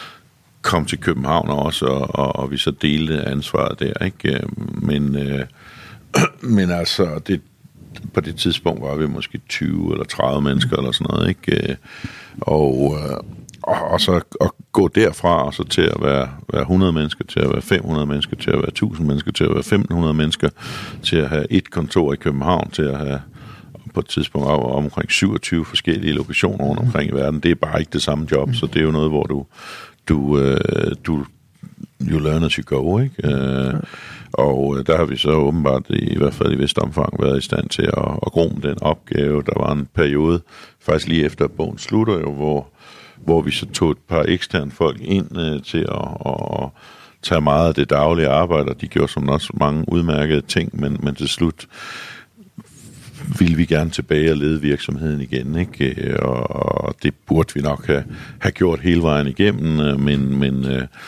C: kom til København også, og, og, og vi så delte ansvaret der, ikke? Men, øh, men altså, det, på det tidspunkt var vi måske tyve eller tredive mennesker eller sådan noget, ikke? Og, øh, og, og så at gå derfra og så til at være, være hundrede mennesker, til at være fem hundrede mennesker, til at være tusind mennesker, til at være femten hundrede mennesker, til at have et kontor i København, til at have på et tidspunkt over omkring syvogtyve forskellige lokationer rundt omkring i verden. Det er bare ikke det samme job, så det er jo noget, hvor du Du, øh, du you learn as you go, ikke? Øh, og der har vi så åbenbart, i hvert fald i vist omfang, været i stand til at, at grumme den opgave. Der var en periode, faktisk lige efter bogen slutter jo, hvor, hvor vi så tog et par eksterne folk ind øh, til at, at, at tage meget af det daglige arbejde, og de gjorde som også mange udmærkede ting, men, men til slut ville vi gerne tilbage og lede virksomheden igen, ikke? Og, og det burde vi nok have, have gjort hele vejen igennem, men, men,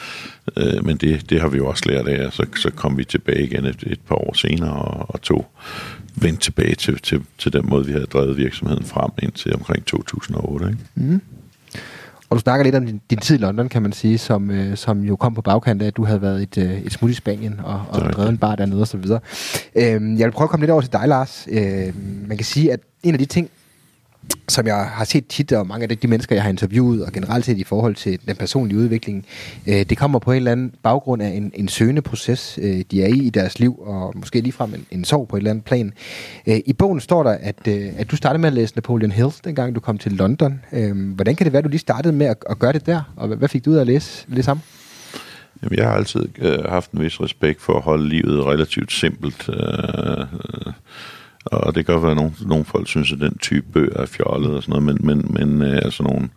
C: øh, men det, det har vi jo også lært af, så, så kom vi tilbage igen et, et par år senere og, og tog vendt tilbage til, til, til den måde, vi havde drevet virksomheden frem indtil omkring to tusind og otte. Ikke?
A: Mm. Og du snakker lidt om din, din tid i London, kan man sige, som, øh, som jo kom på bagkant af, at du havde været et, øh, et smut i Spanien og, og drevet en bar dernede og så videre. Øh, jeg vil prøve at komme lidt over til dig, Lars. Øh, man kan sige, at en af de ting, som jeg har set tit, og mange af de, de mennesker, jeg har interviewet, og generelt set i forhold til den personlige udvikling, øh, det kommer på en eller anden baggrund af en, en søgende proces, øh, de er i i deres liv, og måske ligefrem en, en sorg på et eller andet plan. Øh, I bogen står der, at, øh, at du startede med at læse Napoleon Hill, dengang du kom til London. Øh, hvordan kan det være, at du lige startede med at, at gøre det der, og hvad, hvad fik du ud af at læse, læse ham?
C: Jamen, jeg har altid øh, haft en vis respekt for at holde livet relativt simpelt. Øh, øh, Og det kan godt være, at nogle, nogle folk synes, at den type bøger er fjollet og sådan noget, men, men, men øh, altså nogle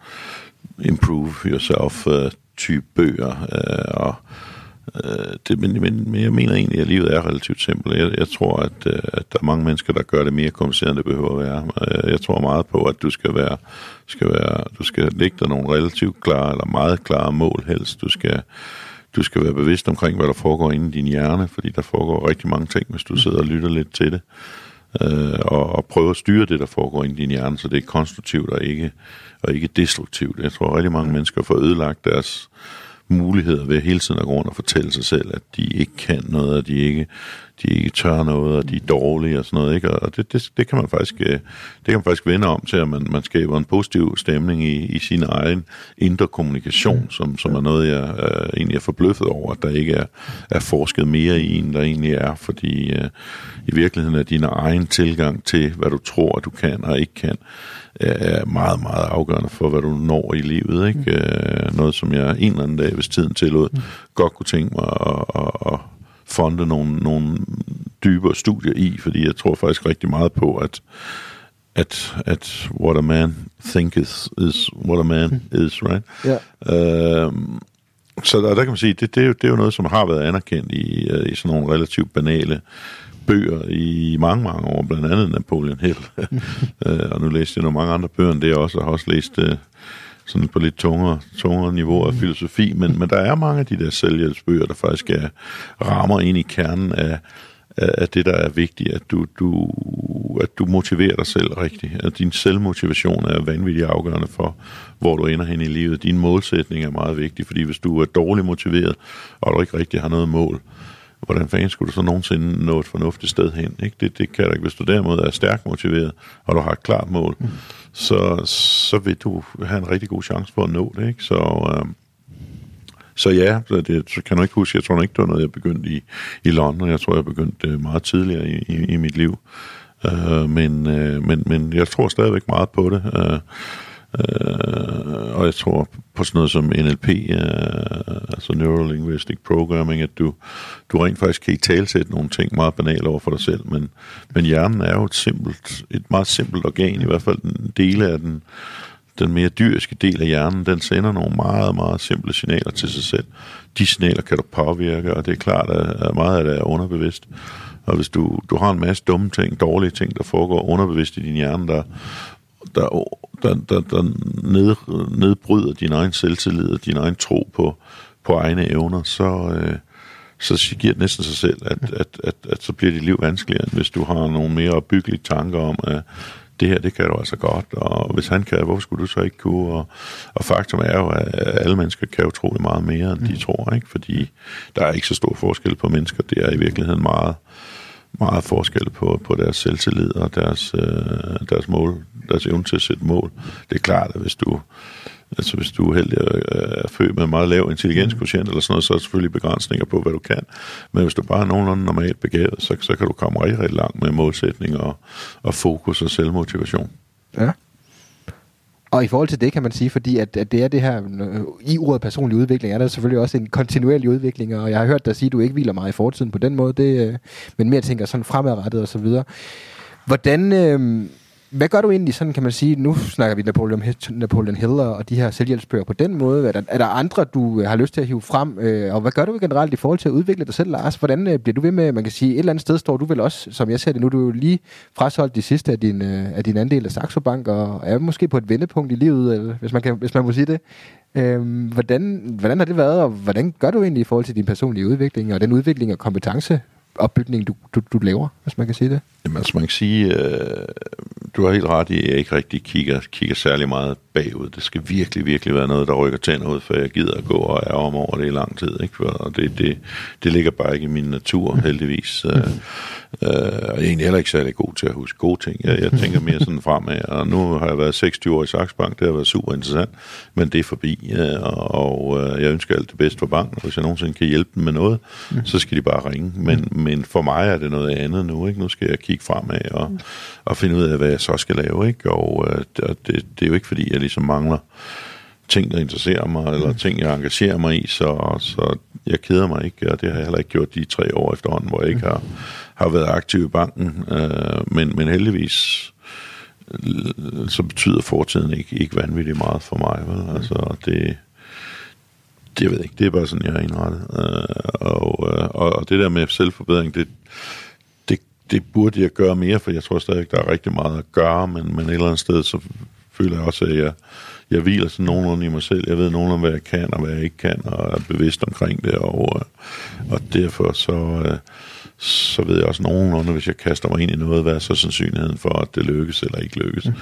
C: improve yourself øh, type bøger. Øh, og, øh, det, men, men, men jeg mener egentlig, at livet er relativt simpelt. Jeg, jeg tror, at, øh, at der er mange mennesker, der gør det mere kompliceret, end det behøver at være. Jeg, jeg tror meget på, at du skal være, skal være, du skal lægge dig nogle relativt klare, eller meget klare mål helst. Du skal Du skal være bevidst omkring, hvad der foregår inde i din hjerne, fordi der foregår rigtig mange ting, hvis du sidder og lytter lidt til det. Øh, og, og prøve at styre det, der foregår inde i din hjerne, så det er konstruktivt og ikke, og ikke destruktivt. Jeg tror, at rigtig mange mennesker får ødelagt deres muligheder ved hele tiden at gå rundt og fortælle sig selv, at de ikke kan noget, og de ikke, de ikke tør noget, og de er dårlige og sådan noget, ikke? Og det, det, det kan man faktisk, det kan man faktisk vende om til, at man, man skaber en positiv stemning i, i sin egen indre kommunikation, som, som er noget, jeg uh, egentlig er forbløffet over, at der ikke er, er forsket mere i, end der egentlig er, fordi uh, i virkeligheden er din egen tilgang til, hvad du tror, du kan og ikke kan, er meget, meget afgørende for, hvad du når i livet, ikke? Mm. Noget, som jeg en eller anden dag, hvis tiden tillod, mm. godt kunne tænke mig at, at, at fonde nogle, nogle dybere studier i, fordi jeg tror faktisk rigtig meget på, at at, at what a man thinketh is what a man mm. is, right? Yeah. Øhm, så der, der kan man sige, det, det, er jo, det er jo noget, som har været anerkendt i, i sådan nogle relativt banale bøger i mange, mange år, blandt andet Napoleon Hill. uh, og nu læste jeg nogle mange andre bøger end det også, og har også læst uh, sådan på lidt tungere, tungere niveau af filosofi, men, men der er mange af de der selvhjælpsbøger, der faktisk er, rammer ind i kernen af, af det, der er vigtigt, at du, du, at du motiverer dig selv rigtigt. At din selvmotivation er vanvittigt afgørende for, hvor du ender hen i livet. Din målsætning er meget vigtig, fordi hvis du er dårligt motiveret, og du ikke rigtig har noget mål, hvordan fanden skulle du så nogensinde nå et fornuftigt sted hen? Ikke? Det, det kan du ikke. Hvis du derimod er stærkt motiveret, og du har et klart mål, mm. så, så vil du have en rigtig god chance for at nå det. Ikke? Så, øh, så ja, så det så kan du ikke huske, jeg tror ikke, det var noget, jeg begyndte i, i London. Jeg tror, jeg begyndte meget tidligere i, i, i mit liv. Øh, men, øh, men, men jeg tror stadigvæk meget på det. Øh, Uh, og jeg tror på sådan noget som N L P, uh, altså Neuro-Linguistic Programming, at du, du rent faktisk kan italesætte nogle ting meget banale over for dig selv, men, men hjernen er jo et, simpelt, et meget simpelt organ, i hvert fald en del af den, den mere dyriske del af hjernen, den sender nogle meget, meget simple signaler til sig selv. De signaler kan du påvirke, og det er klart, at meget af det er underbevidst. Og hvis du, du har en masse dumme ting, dårlige ting, der foregår underbevidst i din hjerne, der der, der, der, der ned, nedbryder din egen selvtillid og din egen tro på, på egne evner, så, øh, så giver det næsten sig selv, at, at, at, at så bliver dit liv vanskeligere, end hvis du har nogle mere opbyggelige tanker om, at det her, det kan du altså godt, og hvis han kan, hvorfor skulle du så ikke kunne? Og, og faktum er jo, at alle mennesker kan utrolig meget mere, end de mm. tror, ikke? Fordi der er ikke så stor forskel på mennesker, det er i virkeligheden meget meget forskel på, på deres selvtillid og deres, øh, deres mål, deres evne til at sætte mål. Det er klart, at hvis du, altså hvis du er heldig er født med en meget lav intelligenskvotient eller sådan noget, så er der selvfølgelig begrænsninger på, hvad du kan. Men hvis du bare er nogenlunde normalt begavet, så, så kan du komme rigtig, rigtig langt med målsætning og, og fokus og selvmotivation.
A: Ja. Og i forhold til det kan man sige, fordi at, at det er det her, i ordet personlig udvikling, er der selvfølgelig også en kontinuerlig udvikling, og jeg har hørt dig sige, at du ikke hviler meget i fortiden på den måde, det, men mere tænker sådan fremadrettet og så videre. Hvordan, øh, hvad gør du egentlig sådan, kan man sige, nu snakker vi Napoleon, Napoleon Hill og de her selvhjælpsbøger på den måde. Er der, er der andre, du har lyst til at hive frem? Øh, og hvad gør du generelt i forhold til at udvikle dig selv, Lars? Hvordan øh, bliver du ved med, man kan sige, et eller andet sted står du vel også, som jeg ser det nu, du er jo lige frasolgt de sidste af din, øh, af din andel af Saxo Bank, og er måske på et vendepunkt i livet, eller, hvis, man kan, hvis man må sige det. Øh, hvordan, hvordan har det været, og hvordan gør du egentlig i forhold til din personlige udvikling, og den udvikling og kompetence opbygning, du, du, du laver, hvis man kan sige det?
C: Jamen, altså man kan sige, øh, du har helt ret i, at jeg ikke rigtig kigger, kigger særlig meget bagud. Det skal virkelig, virkelig være noget, der rykker tænder ud, for jeg gider at gå og ærger om over det i lang tid. Ikke? Og det, det, det ligger bare ikke i min natur, heldigvis. Øh, øh, og jeg er egentlig heller ikke særlig god til at huske gode ting. Jeg, jeg tænker mere sådan fremad, og nu har jeg været seksogtyve år i Saxo Bank, det har været super interessant, men det er forbi, øh, og, og øh, jeg ønsker alt det bedste for banken, og hvis jeg nogensinde kan hjælpe dem med noget, mm. så skal de bare ringe. Men, men for mig er det noget andet nu, ikke? Nu skal jeg kigge fremad og, mm. og finde ud af, hvad jeg så skal lave, ikke? Og øh, det, det er jo ikke fordi, jeg ligesom mangler ting, der interesserer mig, eller mm. ting, jeg engagerer mig i, så, så jeg keder mig ikke, og det har jeg heller ikke gjort de tre år efterhånden, hvor jeg ikke har, har været aktiv i banken, øh, men, men heldigvis så betyder fortiden ikke, ikke vanvittigt meget for mig, vel? Altså, det, det, jeg ved ikke, det er bare sådan, jeg er indrettet, øh, og, og, og det der med selvforbedring, det, det, det burde jeg gøre mere, for jeg tror stadig, der er rigtig meget at gøre, men, men et eller andet sted, så føler jeg også, at jeg Jeg hviler sådan nogenlunde i mig selv. Jeg ved nogenlunde, hvad jeg kan og hvad jeg ikke kan, og er bevidst omkring det. Og, og derfor så, så ved jeg også nogenlunde, hvis jeg kaster mig ind i noget, hvad er så sandsynligheden for, at det lykkes eller ikke lykkes. Mm.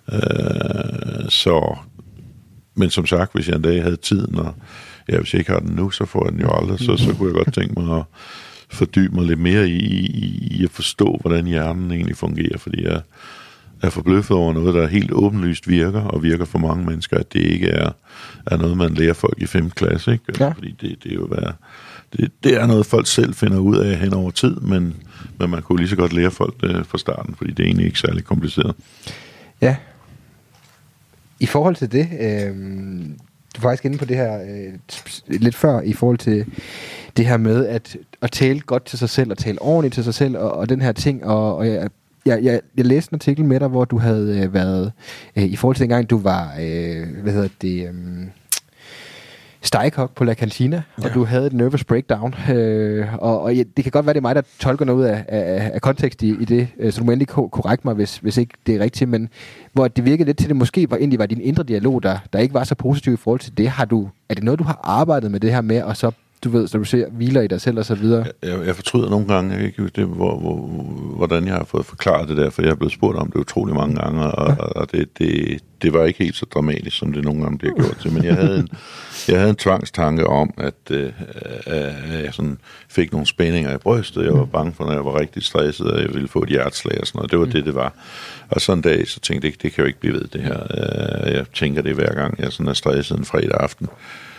C: Uh, så, men som sagt, hvis jeg en dag havde tiden, og ja, hvis jeg ikke har den nu, så får jeg den jo aldrig, så, så kunne jeg godt tænke mig at fordybe mig lidt mere i, i, i at forstå, hvordan hjernen egentlig fungerer, fordi jeg er forbløffet over noget, der helt åbenlyst virker, og virker for mange mennesker, at det ikke er, er noget, man lærer folk i femte klasse, ikke? Ja. Fordi det, det er jo være, det, det er noget, folk selv finder ud af hen over tid, men, men man kunne lige så godt lære folk det fra starten, fordi det er egentlig ikke særlig kompliceret.
A: Ja. I forhold til det, øh, du er faktisk inde på det her øh, lidt før, i forhold til det her med at, at tale godt til sig selv, og tale ordentligt til sig selv, og, og den her ting, og, og jeg Jeg, jeg, jeg læste en artikel med dig, hvor du havde øh, været, øh, i forhold til dengang, du var, øh, hvad hedder det, øh, stegekok på La Cantina, ja. Og du havde et nervous breakdown, øh, og, og ja, det kan godt være, det er mig, der tolker noget af, af, af kontekst i, i det, øh, så du må endelig ko- korrekte mig, hvis, hvis ikke det er rigtigt, men hvor det virkede lidt til, det måske var, egentlig var din indre dialog, der, der ikke var så positiv i forhold til det. Har du, er det noget, du har arbejdet med det her med, og så du ved, så du ser, hviler i dig selv og så videre?
C: Jeg, jeg fortryder nogle gange, ikke, det, hvor, hvor, hvordan jeg har fået forklaret det der, for jeg er blevet spurgt om det utrolig mange gange, og, ja. og det, det, det var ikke helt så dramatisk, som det nogle gange bliver gjort til, men jeg havde en, jeg havde en tvangstanke om, at øh, øh, jeg sådan fik nogle spændinger i brystet. Jeg var bange for, når jeg var rigtig stresset, at jeg ville få et hjerteslag og sådan noget. Det var mm. det, det var. Og sådan en dag, så tænkte jeg, det kan jo ikke blive ved det her. Jeg tænker det hver gang, jeg sådan er stresset en fredag aften.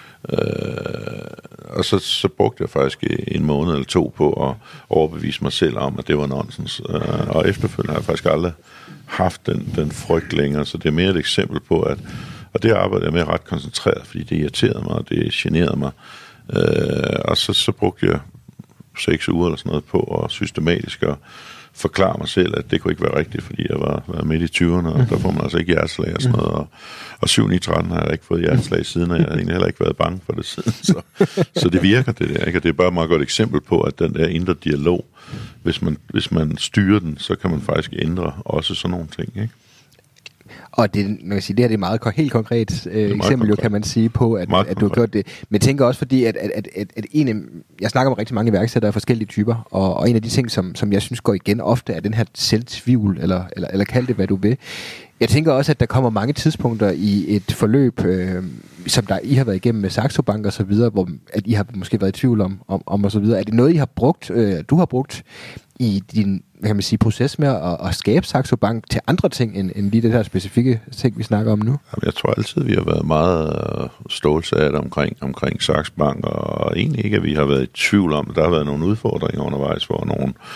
C: Øh, og så, så brugte jeg faktisk en måned eller to på at overbevise mig selv om, at det var nonsens. Øh, og efterfølgende har jeg faktisk aldrig haft den, den frygt længere, så det er mere et eksempel på, at og det arbejdede jeg med ret koncentreret, fordi det irriterede mig, og det generede mig. Øh, og så, så brugte jeg seks uger eller sådan noget på at systematisk at forklare mig selv, at det kunne ikke være rigtigt, fordi jeg var, var midt i tyverne, og der får man altså ikke hjerteslag og sådan noget. Og, og syv ni tretten har jeg ikke fået hjerteslag siden, og jeg har egentlig heller ikke været bange for det siden. Så, så det virker, det der, ikke? Og det er bare et meget godt eksempel på, at den der indre dialog, hvis man, hvis man styrer den, så kan man faktisk ændre også sådan nogle ting, ikke?
A: Og det, man kan sige, det her det er meget helt konkret øh, eksempel, konkret. Jo, kan man sige på, at, at du har gjort det. Men jeg tænker også, fordi at, at, at, at, at en af, jeg snakker med rigtig mange iværksættere af forskellige typer, og, og en af de ting, som, som jeg synes går igen ofte, er den her selvtvivl, eller, eller, eller kald det, hvad du vil. Jeg tænker også, at der kommer mange tidspunkter i et forløb, øh, som der I har været igennem med Saxo Bank og så videre, hvor at I har måske været i tvivl om, om, om og så videre. Er det noget, I har brugt, øh, du har brugt i din, hvad kan man sige, proces med at, at skabe Saxo Bank til andre ting, end, end lige det her specifikke ting, vi snakker om nu?
C: Jamen, jeg tror altid, vi har været meget stålsatte omkring, omkring Saxo Bank, og egentlig ikke, at vi har været i tvivl om, at der har været nogle udfordringer undervejs, hvor nogle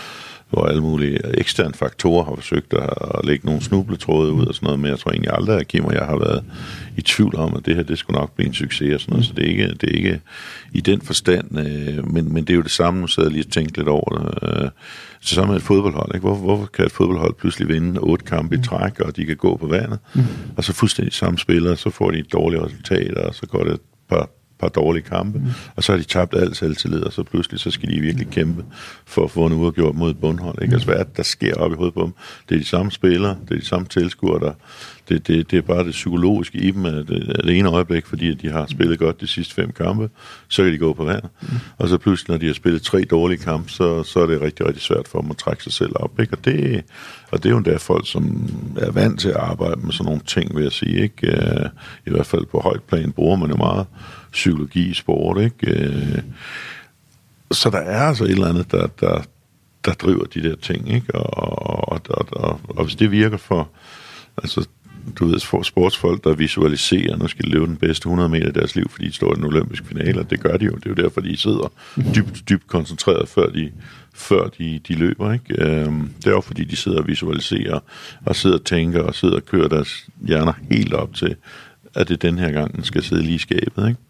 C: hvor alle mulige eksterne faktorer har forsøgt at, at lægge nogle snubletråde ud og sådan noget, men jeg tror egentlig aldrig, at Kim og jeg har været i tvivl om, at det her, det skulle nok blive en succes og sådan noget, så det er ikke, det er ikke i den forstand, øh, men, men det er jo det samme, nu sidder jeg lige og tænker lidt over det, øh, så sammen med et fodboldhold, ikke? Hvorfor, hvorfor kan et fodboldhold pludselig vinde otte kampe i træk, og de kan gå på vandet, mm. og så fuldstændig samme spillere, så får de et dårligt resultat, og så går det et par par dårlige kampe, mm. og så har de tabt alt selvtillid, og så pludselig, så skal de virkelig kæmpe for at få en uafgjort mod et bundhold. Ikke? Altså, hvad er det, der sker op i hovedet på dem? Det er de samme spillere, det er de samme tilskuere, der det, det, det er bare det psykologiske i dem, at det, at det ene øjeblik, fordi de har spillet godt de sidste fem kampe, så kan de gå på vandet. Mm. Og så pludselig, når de har spillet tre dårlige kampe, så, så er det rigtig, rigtig svært for dem at trække sig selv op. Ikke? Og, det, og det er jo endda folk, som er vant til at arbejde med sådan nogle ting, vil jeg sige. Ikke? I hvert fald på højt plan bruger man jo meget psykologi i sport, ikke? Så der er altså et eller andet, der, der, der driver de der ting, ikke? Og, og, og, og, og hvis det virker for, altså, du ved, for sportsfolk, der visualiserer, nu skal de løbe den bedste hundrede meter i deres liv, fordi de står i den olympiske finale, og det gør de jo. Det er jo derfor, de sidder dybt, dybt koncentreret, før de, før de, de løber, ikke? Det er jo fordi, de sidder og visualiserer, og sidder og tænker, og sidder og kører deres hjerner helt op til, at det den her gang, den skal sidde lige i skabet, ikke?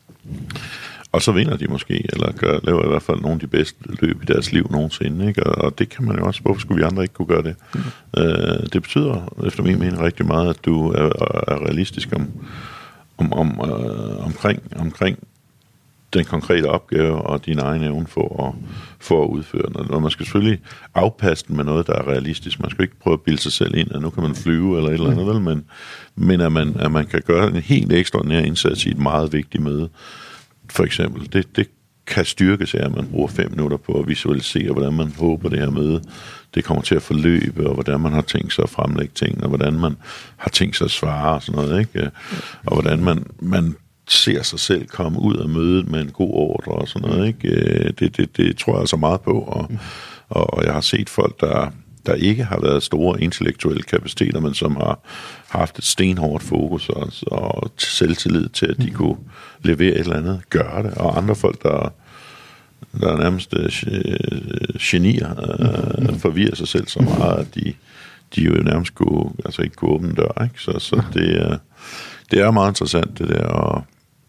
C: Og så vinder de måske, eller gør, laver i hvert fald nogle af de bedste løb i deres liv nogensinde, ikke? Og, og det kan man jo også. Hvorfor skulle vi andre ikke kunne gøre det? Mm. Øh, det betyder, efter min mening, rigtig meget, at du er, er realistisk om, om, om, øh, omkring, omkring den konkrete opgave og din egen evne for at, for at udføre den. Og man skal selvfølgelig afpasse den med noget, der er realistisk. Man skal ikke prøve at bilde sig selv ind, at nu kan man flyve eller et eller andet, vel? Men, men at, man, at man kan gøre en helt ekstraordinær indsats i et meget vigtigt møde. For eksempel, det, det kan styrkes af, at man bruger fem minutter på at visualisere, hvordan man håber, det her møde det kommer til at forløbe, og hvordan man har tænkt sig at fremlægge ting, og hvordan man har tænkt sig at svare og sådan noget, ikke? Og hvordan man, man ser sig selv komme ud af mødet med en god ordre og sådan noget, ikke? Det, det, det tror jeg altså meget på, og, og jeg har set folk, der, der ikke har været store intellektuelle kapaciteter, men som har haft et stenhårdt fokus og, og selvtillid til, at de kunne levere et eller andet, gøre det, og andre folk, der, der er nærmest genier, øh, forvirrer sig selv så meget, at de, de jo nærmest kunne, altså ikke kunne åbne dør, ikke? Så, så det, er, det er meget interessant, det der, og,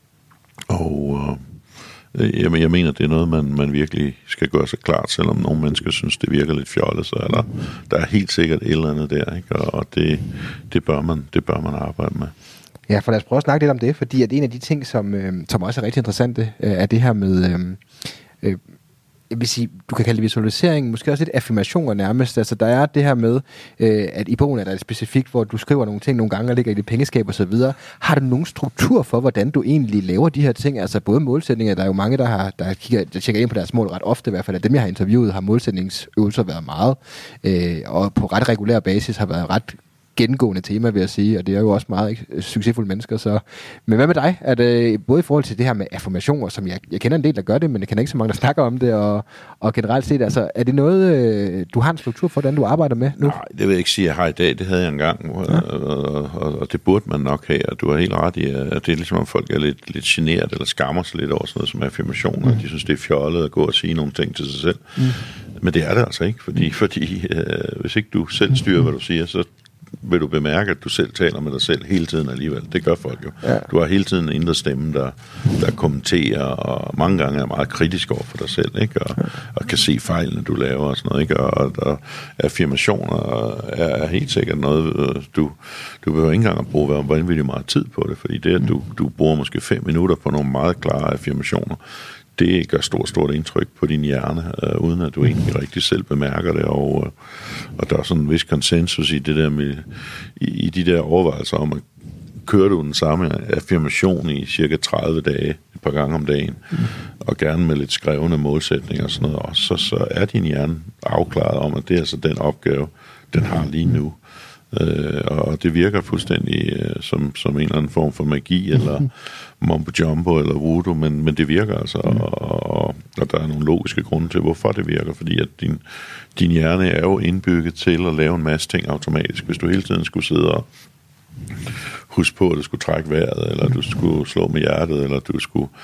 C: og øh, jeg, jeg mener, det er noget, man, man virkelig skal gøre sig klart, selvom nogle mennesker synes, det virker lidt fjollet, så er der, der er helt sikkert et eller andet der, ikke? Og det, det, bør man, det bør man arbejde med.
A: Ja, for lad os prøve at snakke lidt om det, fordi at en af de ting, som, øh, som også er rigtig interessante, øh, er det her med, øh, øh, jeg vil sige, du kan kalde det visualisering, måske også lidt affirmationer nærmest. Altså der er det her med, øh, at i bogen er der et specifikt, hvor du skriver nogle ting nogle gange og ligger i dit pengeskab og så videre. Har du nogen struktur for, hvordan du egentlig laver de her ting? Altså både målsætninger, der er jo mange, der har der kigger, der tjekker ind på deres mål ret ofte, i hvert fald af dem, jeg har interviewet, har målsætningsøvelser været meget, øh, og på ret regulær basis har været ret gengående tema, vil jeg sige, og det er jo også meget succesfulde mennesker. Så. Men hvad med dig? Er det både i forhold til det her med affirmationer, som jeg, jeg kender en del, der gør det, men jeg kender ikke så mange, der snakker om det, og, og generelt set, altså, er det noget, du har en struktur for, hvordan du arbejder med nu?
C: Nej, det vil jeg ikke sige, at jeg har i dag. Det havde jeg engang, ja. og, og, og det burde man nok have, og du har helt ret i, at det er ligesom, om folk er lidt, lidt generet, eller skammer sig lidt over sådan noget som affirmationer. Mm. De synes, det er fjollet at gå og sige nogle ting til sig selv. Mm. Men det er det altså ikke, fordi, mm. fordi øh, hvis ikke du selv styrer, hvad du siger, så vil du bemærke, at du selv taler med dig selv hele tiden alligevel. Det gør folk jo. Ja. Du har hele tiden en indre stemme, der, der kommenterer, og mange gange er meget kritisk over for dig selv, ikke? Og, ja. og kan se fejlene, du laver og sådan noget, ikke? Og, og affirmationer er, er helt sikkert noget, du, du behøver ikke engang at bruge vanvittigt meget tid på det, fordi det, at du, du bruger måske fem minutter på nogle meget klare affirmationer, det gør stort, stort indtryk på din hjerne, øh, uden at du egentlig rigtig selv bemærker det, og, øh, og der er sådan en vis konsensus i det der med, i, i de der overvejelser om, at kører du den samme affirmation i cirka tredive dage, et par gange om dagen, mm. og gerne med lidt skrevne målsætninger og sådan noget også, så, så er din hjerne afklaret om, at det er altså den opgave, den har lige nu. Øh, og det virker fuldstændig øh, som, som en eller anden form for magi, eller mumbo jumbo, eller voodoo, men, men det virker altså, mm. og, og, og der er nogle logiske grunde til, hvorfor det virker, fordi at din, din hjerne er jo indbygget til at lave en masse ting automatisk. Hvis du hele tiden skulle sidde og huske på, at du skulle trække vejret, eller du skulle slå med hjertet, eller du skulle,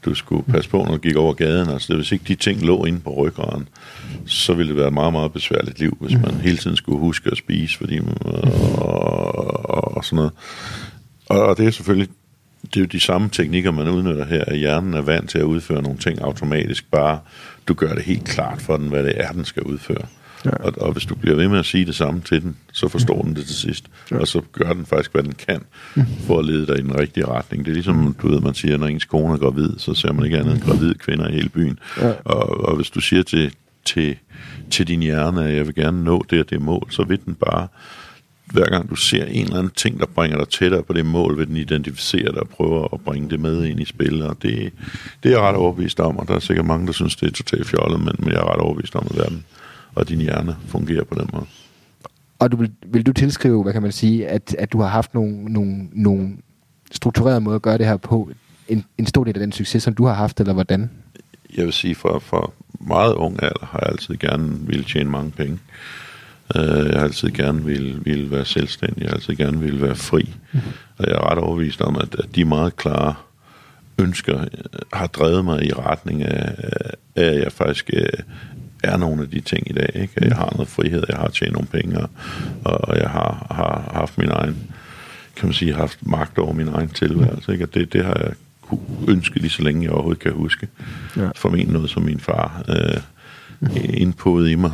C: du skulle passe på, når du gik over gaden. Altså, hvis ikke de ting lå inde på ryggraden, så ville det være et meget, meget besværligt liv, hvis man hele tiden skulle huske at spise, fordi man, og, og, og sådan noget. Og, og det er selvfølgelig, det er jo de samme teknikker, man udnytter her, at hjernen er vant til at udføre nogle ting automatisk, bare du gør det helt klart for den, hvad det er, den skal udføre. Ja. Og, og hvis du bliver ved med at sige det samme til den, så forstår den det til sidst. Ja. Og så gør den faktisk, hvad den kan, for at lede dig i den rigtige retning. Det er ligesom, du ved, man siger, når ens kone er gravid, så ser man ikke andet end gravide kvinder i hele byen. Ja. Og, og hvis du siger til, til, til din hjerne, at jeg vil gerne nå det og det mål, så vil den bare, hver gang du ser en eller anden ting, der bringer dig tættere på det mål, vil den identificere dig og prøve at bringe det med ind i spillet. Og det, det er jeg ret overbevist om, og der er sikkert mange, der synes, det er totalt fjollet, men, men jeg er ret overbevist om, at verden og din hjerne fungerer på den måde.
A: Og du vil, vil du tilskrive, hvad kan man sige, at, at du har haft nogle, nogle, nogle strukturerede måder at gøre det her på, en, en stor del af den succes, som du har haft, eller hvordan?
C: Jeg vil sige, for, for meget ung alder har jeg altid gerne ville tjene mange penge. Uh, jeg har altid gerne ville, ville være selvstændig, jeg har altid gerne ville være fri. Mm-hmm. Og jeg er ret overbevist om, at, at de meget klare ønsker har drevet mig i retning af, af at jeg faktisk er nogle af de ting i dag. Ikke? Jeg har noget frihed, jeg har tjent nogle penge, og, og jeg har, har haft min egen, kan man sige, haft magt over min egen tilværelse. Ikke? Og det, det har jeg ønsket lige så længe jeg overhovedet kan huske. Ja. Formentlig noget, som min far øh, indpåede i mig.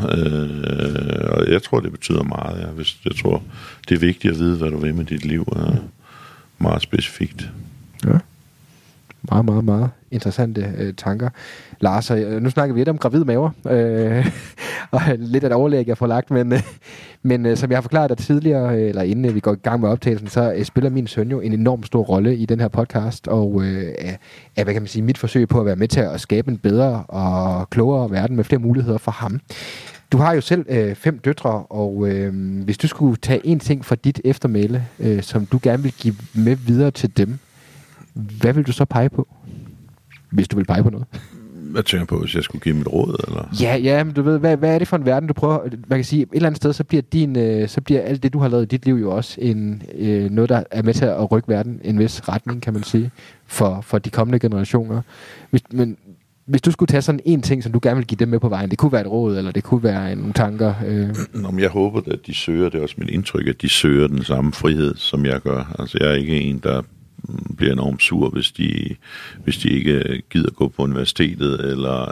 C: Øh, og jeg tror, det betyder meget. Jeg, hvis, jeg tror, det er vigtigt at vide, hvad du vil med dit liv. Øh, meget specifikt.
A: Ja. Meget, meget, meget interessante øh, tanker. Lars, øh, nu snakker vi lidt om gravide maver, øh, og lidt af et overlæg, jeg får lagt, men, øh, men øh, som jeg har forklaret dig tidligere, øh, eller inden vi går i gang med optagelsen, så øh, spiller min søn jo en enorm stor rolle i den her podcast, og øh, er, er, hvad kan man sige, mit forsøg på at være med til at skabe en bedre og klogere verden med flere muligheder for ham. Du har jo selv øh, fem døtre, og øh, hvis du skulle tage en ting fra dit eftermæle, øh, som du gerne vil give med videre til dem, hvad vil du så pege på? Hvis du vil pege på noget.
C: Hvad tænker på, hvis jeg skulle give mit råd? Eller?
A: Ja, ja, men du ved, hvad, hvad er det for en verden, du prøver... Man kan sige, et eller andet sted, så bliver, din, øh, så bliver alt det, du har lavet i dit liv, jo også en, øh, noget, der er med til at rykke verden en vis retning, kan man sige, for, for de kommende generationer. Hvis, men hvis du skulle tage sådan en ting, som du gerne vil give dem med på vejen, det kunne være et råd, eller det kunne være nogle tanker... Øh.
C: Nå, men jeg håber, at de søger, det er også mit indtryk, at de søger den samme frihed, som jeg gør. Altså, jeg er ikke en, der bliver enormt sur, hvis de, hvis de ikke gider gå på universitetet, eller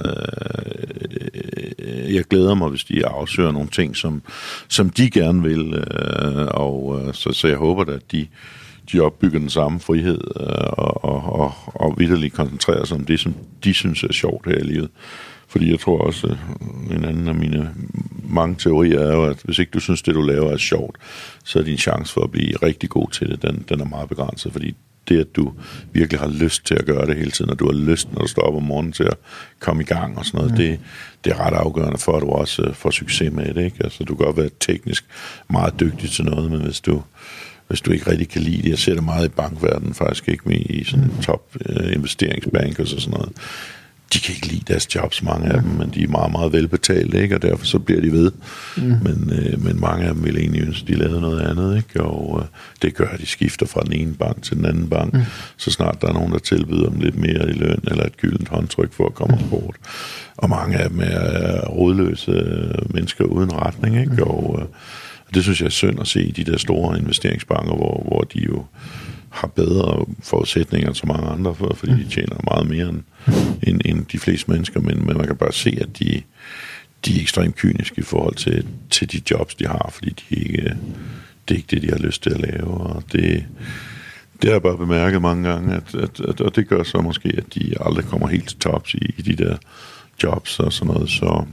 C: øh, jeg glæder mig, hvis de afsøger nogle ting, som, som de gerne vil, øh, og øh, så, så jeg håber da, at de, de opbygger den samme frihed, øh, og, og, og, og vitterligt koncentrerer sig om det, som de synes er sjovt her i livet. Fordi jeg tror også, en anden af mine mange teorier er jo, at hvis ikke du synes, det du laver er sjovt, så er din chance for at blive rigtig god til det, den, den er meget begrænset, fordi det, at du virkelig har lyst til at gøre det hele tiden, og du har lyst, når du står op om morgenen, til at komme i gang og sådan noget, mm. det, det er ret afgørende for, at du også får succes med det. Ikke? Altså, du kan godt være teknisk meget dygtig til noget, men hvis du, hvis du ikke rigtig kan lide det, jeg ser det meget i bankverdenen, faktisk ikke med i sådan mm. top uh, investeringsbankers og sådan noget, de kan ikke lide deres jobs, mange af dem, men de er meget, meget velbetalte, ikke? Og derfor så bliver de ved. Mm. Men, øh, men mange af dem vil egentlig ønske, de lavede noget andet, ikke? Og øh, det gør, at de skifter fra den ene bank til den anden bank, mm. så snart der er nogen, der tilbyder dem lidt mere i løn, eller et gyldent håndtryk for at komme mm. ombord. Og mange af dem er rådløse mennesker uden retning, ikke? Mm. Og øh, det synes jeg er synd at se i de der store investeringsbanker, hvor, hvor de jo har bedre forudsætninger end så mange andre, for, fordi de tjener meget mere end, end, end de fleste mennesker, men, men man kan bare se, at de, de er ekstremt kyniske i forhold til, til de jobs, de har, fordi de ikke, det er ikke det, de har lyst til at lave, og det, det har jeg bare bemærket mange gange, at, at, at, og det gør så måske, at de aldrig kommer helt til tops i, i de der jobs og sådan noget, så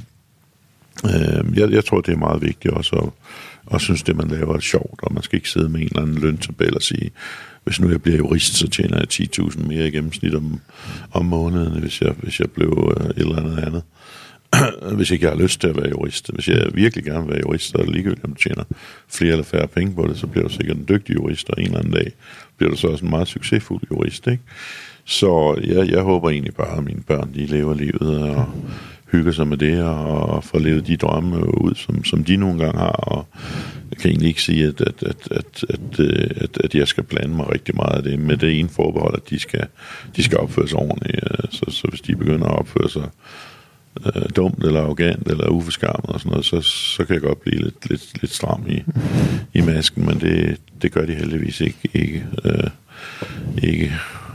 C: øh, jeg, jeg tror, det er meget vigtigt også at og synes, det man laver er sjovt, og man skal ikke sidde med en eller anden løntabel og sige, hvis nu jeg bliver jurist, så tjener jeg ti tusind mere i gennemsnit om, om måneden, hvis jeg, hvis jeg blev øh, et eller andet andet. Hvis ikke jeg har lyst til at være jurist. Hvis jeg virkelig gerne vil være jurist, så er det ligegyldigt, om du tjener flere eller færre penge på det, så bliver du sikkert en dygtig jurist, og en eller anden dag bliver du så også en meget succesfuld jurist, ikke? Så jeg, jeg håber egentlig bare, at mine børn, de lever livet, og hygger sig med det og, og får levet de drømme ud, som, som de nogle gange har. Og jeg kan egentlig ikke sige, at, at, at, at, at, at, at jeg skal blande mig rigtig meget af det, med det ene forbehold, at de skal, de skal opføre sig ordentligt. Så, så hvis de begynder at opføre sig øh, dumt eller arrogant eller uforskammet og sådan noget, så, så kan jeg godt blive lidt, lidt, lidt stram i, i masken, men det, det gør de heldigvis ikke, ikke, øh, ikke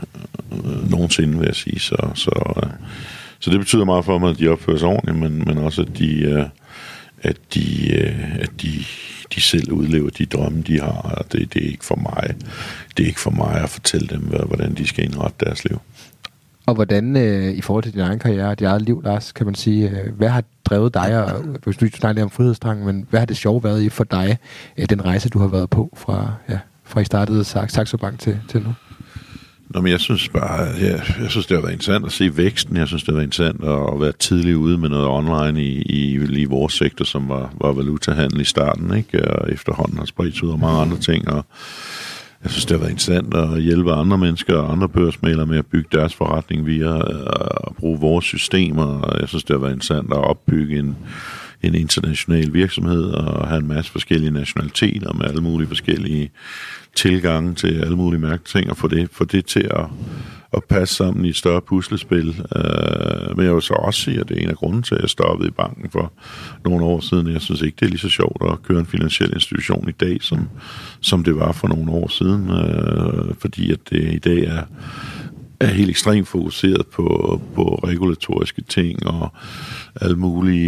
C: øh, nogensinde, vil jeg sige. Så, så, øh, så det betyder meget for mig, at de opfører sig ordentligt, men, men også, at de, øh, at de, øh, at de, de selv udlever de drømme, de har, og det, det er ikke for mig. Det er ikke for mig at fortælle dem, hvordan de skal indrette deres liv.
A: Og hvordan, øh, i forhold til din egen karriere og dit eget liv, Lars, kan man sige, øh, hvad har drevet dig, og hvis du snakker lidt om frihedstrang, men hvad har det sjove været i for dig, øh, den rejse, du har været på fra, ja, fra I startede Saxo Bank til, til nu?
C: Nå, men jeg synes bare, jeg, jeg synes, det har været interessant at se væksten. Jeg synes, det har været interessant at, at være tidlig ude med noget online i, i, i vores sektor, som var, var valutahandel i starten, ikke? Og efterhånden har spredt ud og mange andre ting, og jeg synes, det har været interessant at hjælpe andre mennesker og andre børsmælere med at bygge deres forretning via at bruge vores systemer, og jeg synes, det har været interessant at opbygge en, en international virksomhed og have en masse forskellige nationaliteter med alle mulige forskellige tilgange til alle mulige mærketing og få det, få det til at, at passe sammen i et større puslespil. Uh, men jeg vil så også sige, at det er en af grunden til, at jeg stoppede i banken for nogle år siden. Jeg synes ikke, det er lige så sjovt at køre en finansiel institution i dag, som, som det var for nogle år siden, uh, fordi at det i dag er er helt ekstremt fokuseret på, på regulatoriske ting og alle mulige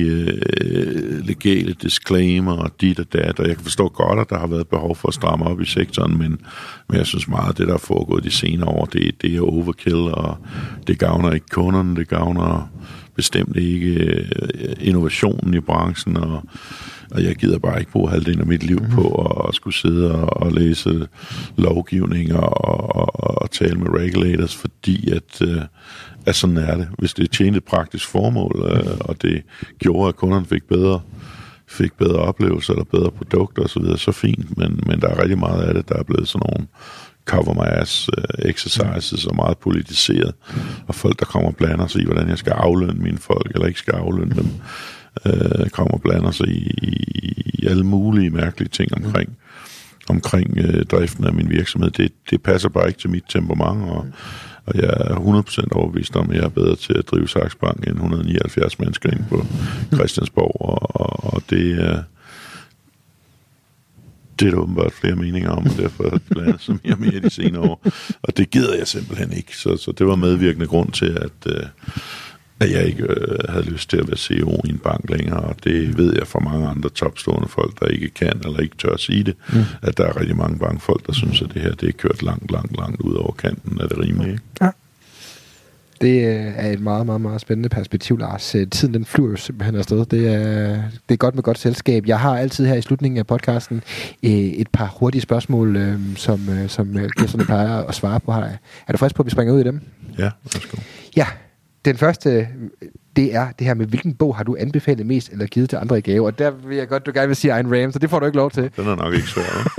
C: øh, legale disclaimer og dit og dat, og jeg kan forstå godt, at der har været behov for at stramme op i sektoren, men, men jeg synes meget, at det, der er foregået de senere år, det, det er overkill, og det gavner ikke kunderne, det gavner bestemt ikke øh, innovationen i branchen, og Og jeg gider bare ikke bruge halvdelen af mit liv på at skulle sidde og, og læse lovgivninger og, og, og tale med regulators, fordi at, øh, at sådan er det. Hvis det tjente et praktisk formål, øh, og det gjorde, at kunderne fik bedre, fik bedre oplevelser eller bedre produkter osv., så, videre, så fint, men, men der er rigtig meget af det, der er blevet sådan nogle cover my ass uh, exercises og meget politiseret, og folk, der kommer og blander sig i, hvordan jeg skal aflønne mine folk, eller ikke skal aflønne dem, uh, kommer og blander sig i, i alle mulige mærkelige ting omkring, omkring uh, driften af min virksomhed. Det, det passer bare ikke til mit temperament, og, og jeg er hundrede procent overbevist om, at jeg er bedre til at drive Saxo Bank end et hundrede og nioghalvfjerds mennesker inde på Christiansborg, og, og, og det er uh, Det er der åbenbart flere meninger om, og derfor har det blandet sig mere og mere de senere år. Og det gider jeg simpelthen ikke. Så, så det var medvirkende grund til, at, øh, at jeg ikke øh, havde lyst til at være C E O i en bank længere. Og det ved jeg fra mange andre topstående folk, der ikke kan eller ikke tør at sige det. Mm. At der er rigtig mange bankfolk, der synes, at det her det er kørt langt, langt, langt ud over kanten. Er det rimeligt, ikke?
A: Ja. Det er et meget, meget, meget spændende perspektiv, Lars. Tiden, den flyver jo simpelthen afsted. Det er, det er godt med godt selskab. Jeg har altid her i slutningen af podcasten et par hurtige spørgsmål, som, som gæsterne plejer at svare på. Er du frisk på, at vi springer ud i dem?
C: Ja, værsgo.
A: Ja, den første, det er det her med, hvilken bog har du anbefalet mest eller givet til andre i gave? Og der vil jeg godt, du gerne vil sige Ayn Rand, så det får du ikke lov til.
C: Den er nok ikke svær,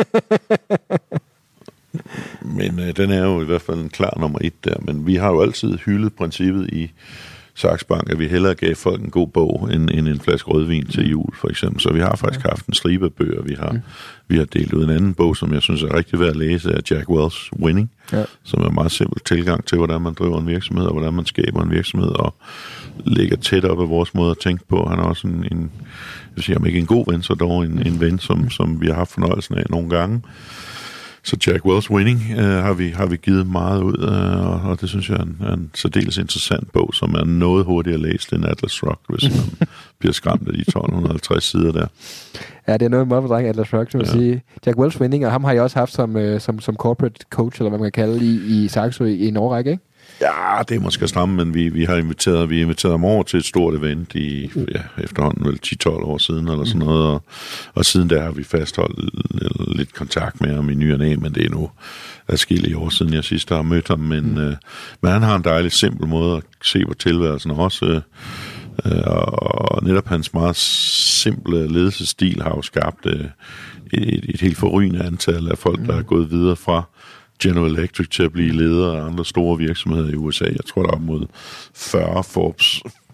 C: Men øh, den er jo i hvert fald en klar nummer et der. Men vi har jo altid hyldet princippet i Saxo Bank, at vi hellere gav folk en god bog, end, end en flaske rødvin til jul, for eksempel. Så vi har faktisk haft en stribe af bøger. Vi har, mm. vi har delt ud en anden bog, som jeg synes er rigtig værd at læse, af Jack Welch's Winning, ja. Som er en meget simpel tilgang til, hvordan man driver en virksomhed, og hvordan man skaber en virksomhed, og ligger tæt op af vores måde at tænke på. Han er også en, en jeg vil sige, om ikke en god ven, så dog en, en ven, som, som vi har haft fornøjelsen af nogle gange. Så Jack Welch's Winning øh, har, vi, har vi givet meget ud, øh, og, og det synes jeg er en, er en særdeles interessant bog, som er noget hurtigere læst end Atlas Shrugged, hvis man bliver skræmt af de tolv halvtreds sider der. Ja, det er noget meget for dreng, Atlas Shrugged, kan man ja. sige. Jack Welch's Winning, og ham har jeg også haft som, øh, som, som corporate coach, eller hvad man kan kalde i, i Saxo i, i en årrække, ikke? Ja, det er måske stramme, men vi, vi har inviteret, vi inviteret ham over til et stort event i ja, efterhånden vel ti tolv år siden, eller sådan noget, og, og siden der har vi fastholdt lidt kontakt med ham i ny og næ, men det er nu adskillige år siden, jeg sidst har mødt ham, men, mm. øh, men han har en dejlig simpel måde at se på tilværelsen også, øh, og netop hans meget simple ledelsesstil har jo skabt øh, et, et helt forrygende antal af folk, mm. der er gået videre fra General Electric til at blive leder af andre store virksomheder i U S A. Jeg tror, der er op mod fyrre Forbes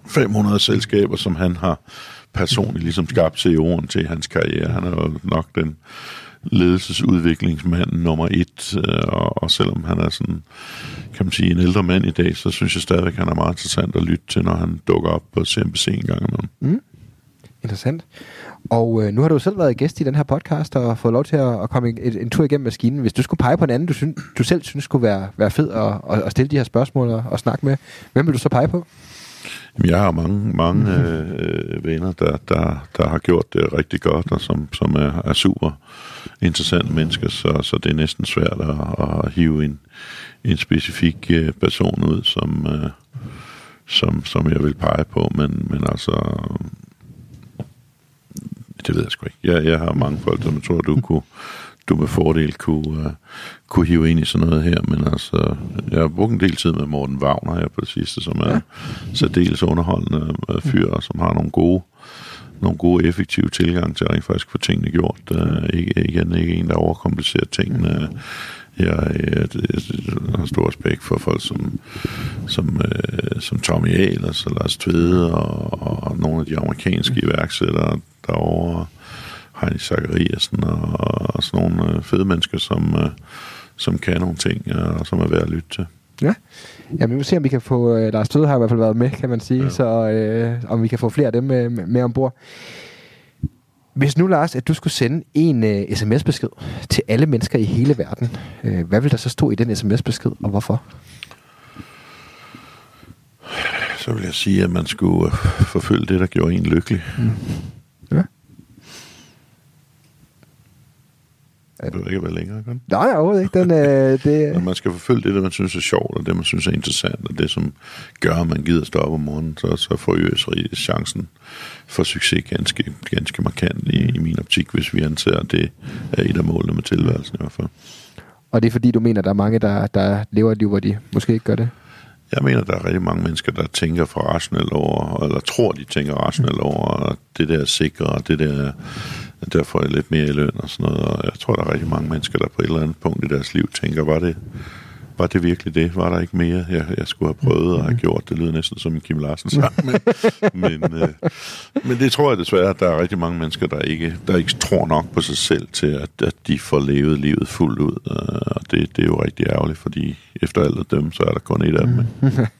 C: fem hundrede selskaber, som han har personligt ligesom skabt C E O'en til hans karriere. Han er jo nok den ledelsesudviklingsmand nummer et, og, og selvom han er sådan, kan man sige, en ældre mand i dag, så synes jeg stadigvæk, han er meget interessant at lytte til, når han dukker op på C N B C en gang imellem.
A: Mm. Interessant. Og øh, nu har du selv været gæst i den her podcast og fået lov til at, at komme et, en tur igennem maskinen. Hvis du skulle pege på en anden, du, synes, du selv synes skulle være, være fed at, at stille de her spørgsmål og, og snakke med, hvem vil du så pege på?
C: Jamen, jeg har mange, mange øh, venner, der, der, der har gjort det rigtig godt, og som, som er, er super interessante mennesker, så, så det er næsten svært at, at hive en, en specifik øh, person ud, som, øh, som, som jeg vil pege på, men, men altså, det ved jeg sgu ikke. Jeg, jeg har mange folk, som jeg tror, du kunne du med fordel kunne, uh, kunne hive ind i sådan noget her, men altså, jeg har brugt en del tid med Morten Wagner her på det sidste, som er ja. særdeles underholdende uh, fyr, og som har nogle gode, nogle gode effektive tilgang til at rent faktisk få tingene gjort. Uh, ikke, igen, ikke en, der overkomplicerer tingene. Jeg, jeg, jeg har stor respekt for folk som, som, uh, som Tommy Ahlers og Lars Tvede og, og nogle af de amerikanske iværksættere derovre, Heini Zachariasen og, og sådan nogle øh, fede mennesker, som, øh, som kan nogle ting, øh, og som er værd at lytte til.
A: Ja, ja, vi må se, om vi kan få, øh, Lars Tvede har i hvert fald været med, kan man sige, ja. så øh, om vi kan få flere af dem med, med, med ombord. Hvis nu, Lars, at du skulle sende en øh, sms-besked til alle mennesker i hele verden, øh, hvad vil der så stå i den sms-besked, og hvorfor?
C: Så vil jeg sige, at man skulle øh, forfølge det, der gjorde en lykkelig. Mm. Ja. Det behøver ikke at være længere, kan?
A: Nej, overhovedet ikke. Den, øh, det...
C: Man skal forfølge det, der man synes er sjovt, og det, man synes er interessant, og det, som gør, at man gider stå op om morgenen, så, så forøges chancen for succes ganske, ganske markant i, i min optik, hvis vi anser, at det er et af målene med tilværelsen i hvert fald.
A: Og det er fordi, du mener, at der er mange, der, der lever et liv, hvor de måske ikke gør det?
C: Jeg mener, der er rigtig mange mennesker, der tænker for rationelt over, eller tror, de tænker rationelt over, og det der er sikre, og det der der får jeg lidt mere i løn og sådan noget, og jeg tror, der er rigtig mange mennesker, der på et eller andet punkt i deres liv tænker, var det, var det virkelig det? Var der ikke mere, jeg, jeg skulle have prøvet og have gjort? Det lyder næsten som en Kim Larsen sang, men, men, øh, men det tror jeg desværre, at der er rigtig mange mennesker, der ikke, der ikke tror nok på sig selv til, at, at de får levet livet fuldt ud, og det, det er jo rigtig ærgerligt, fordi efter alt af dem, så er der kun et af dem.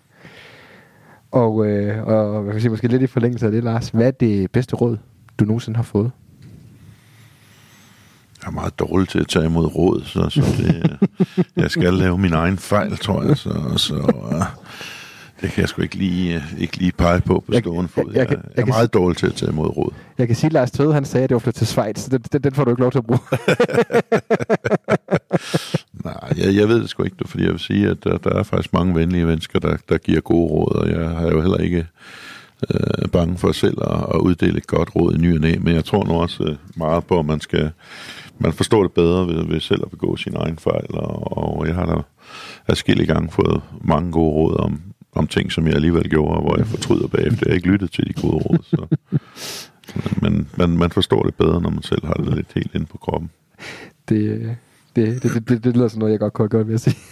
A: og, øh, og hvad kan jeg sige, måske lidt i forlængelse af det, Lars, hvad er det bedste råd, du nogensinde har fået?
C: Jeg er meget dårlig til at tage imod råd, så, så det, jeg skal lave min egen fejl, tror jeg, så, så uh, det kan jeg sgu ikke lige, ikke lige pege på på stående fod. Jeg, jeg, jeg, jeg er meget sige, dårlig til at tage imod råd. Jeg kan sige, at Lars Tvede, han sagde, at det var flyttet til Schweiz, så den, den, den får du ikke lov til at bruge. Nej, jeg, jeg ved det sgu ikke, fordi jeg vil sige, at der, der er faktisk mange venlige mennesker, der, der giver gode råd, og jeg har jo heller ikke øh, bange for selv at, at uddele et godt råd i ny og næ, men jeg tror nu også meget på, at man skal man forstår det bedre ved, ved selv at begå sin egen fejl, og, og jeg har da adskillige gange fået mange gode råd om, om ting, som jeg alligevel gjorde, hvor jeg fortryder bagefter. Jeg har ikke lyttet til de gode råd, så. Men man, man forstår det bedre, når man selv har det lidt helt inde på kroppen. Det, det, det, det, det, det lyder sådan noget, jeg godt kunne have gjort, vil jeg sige.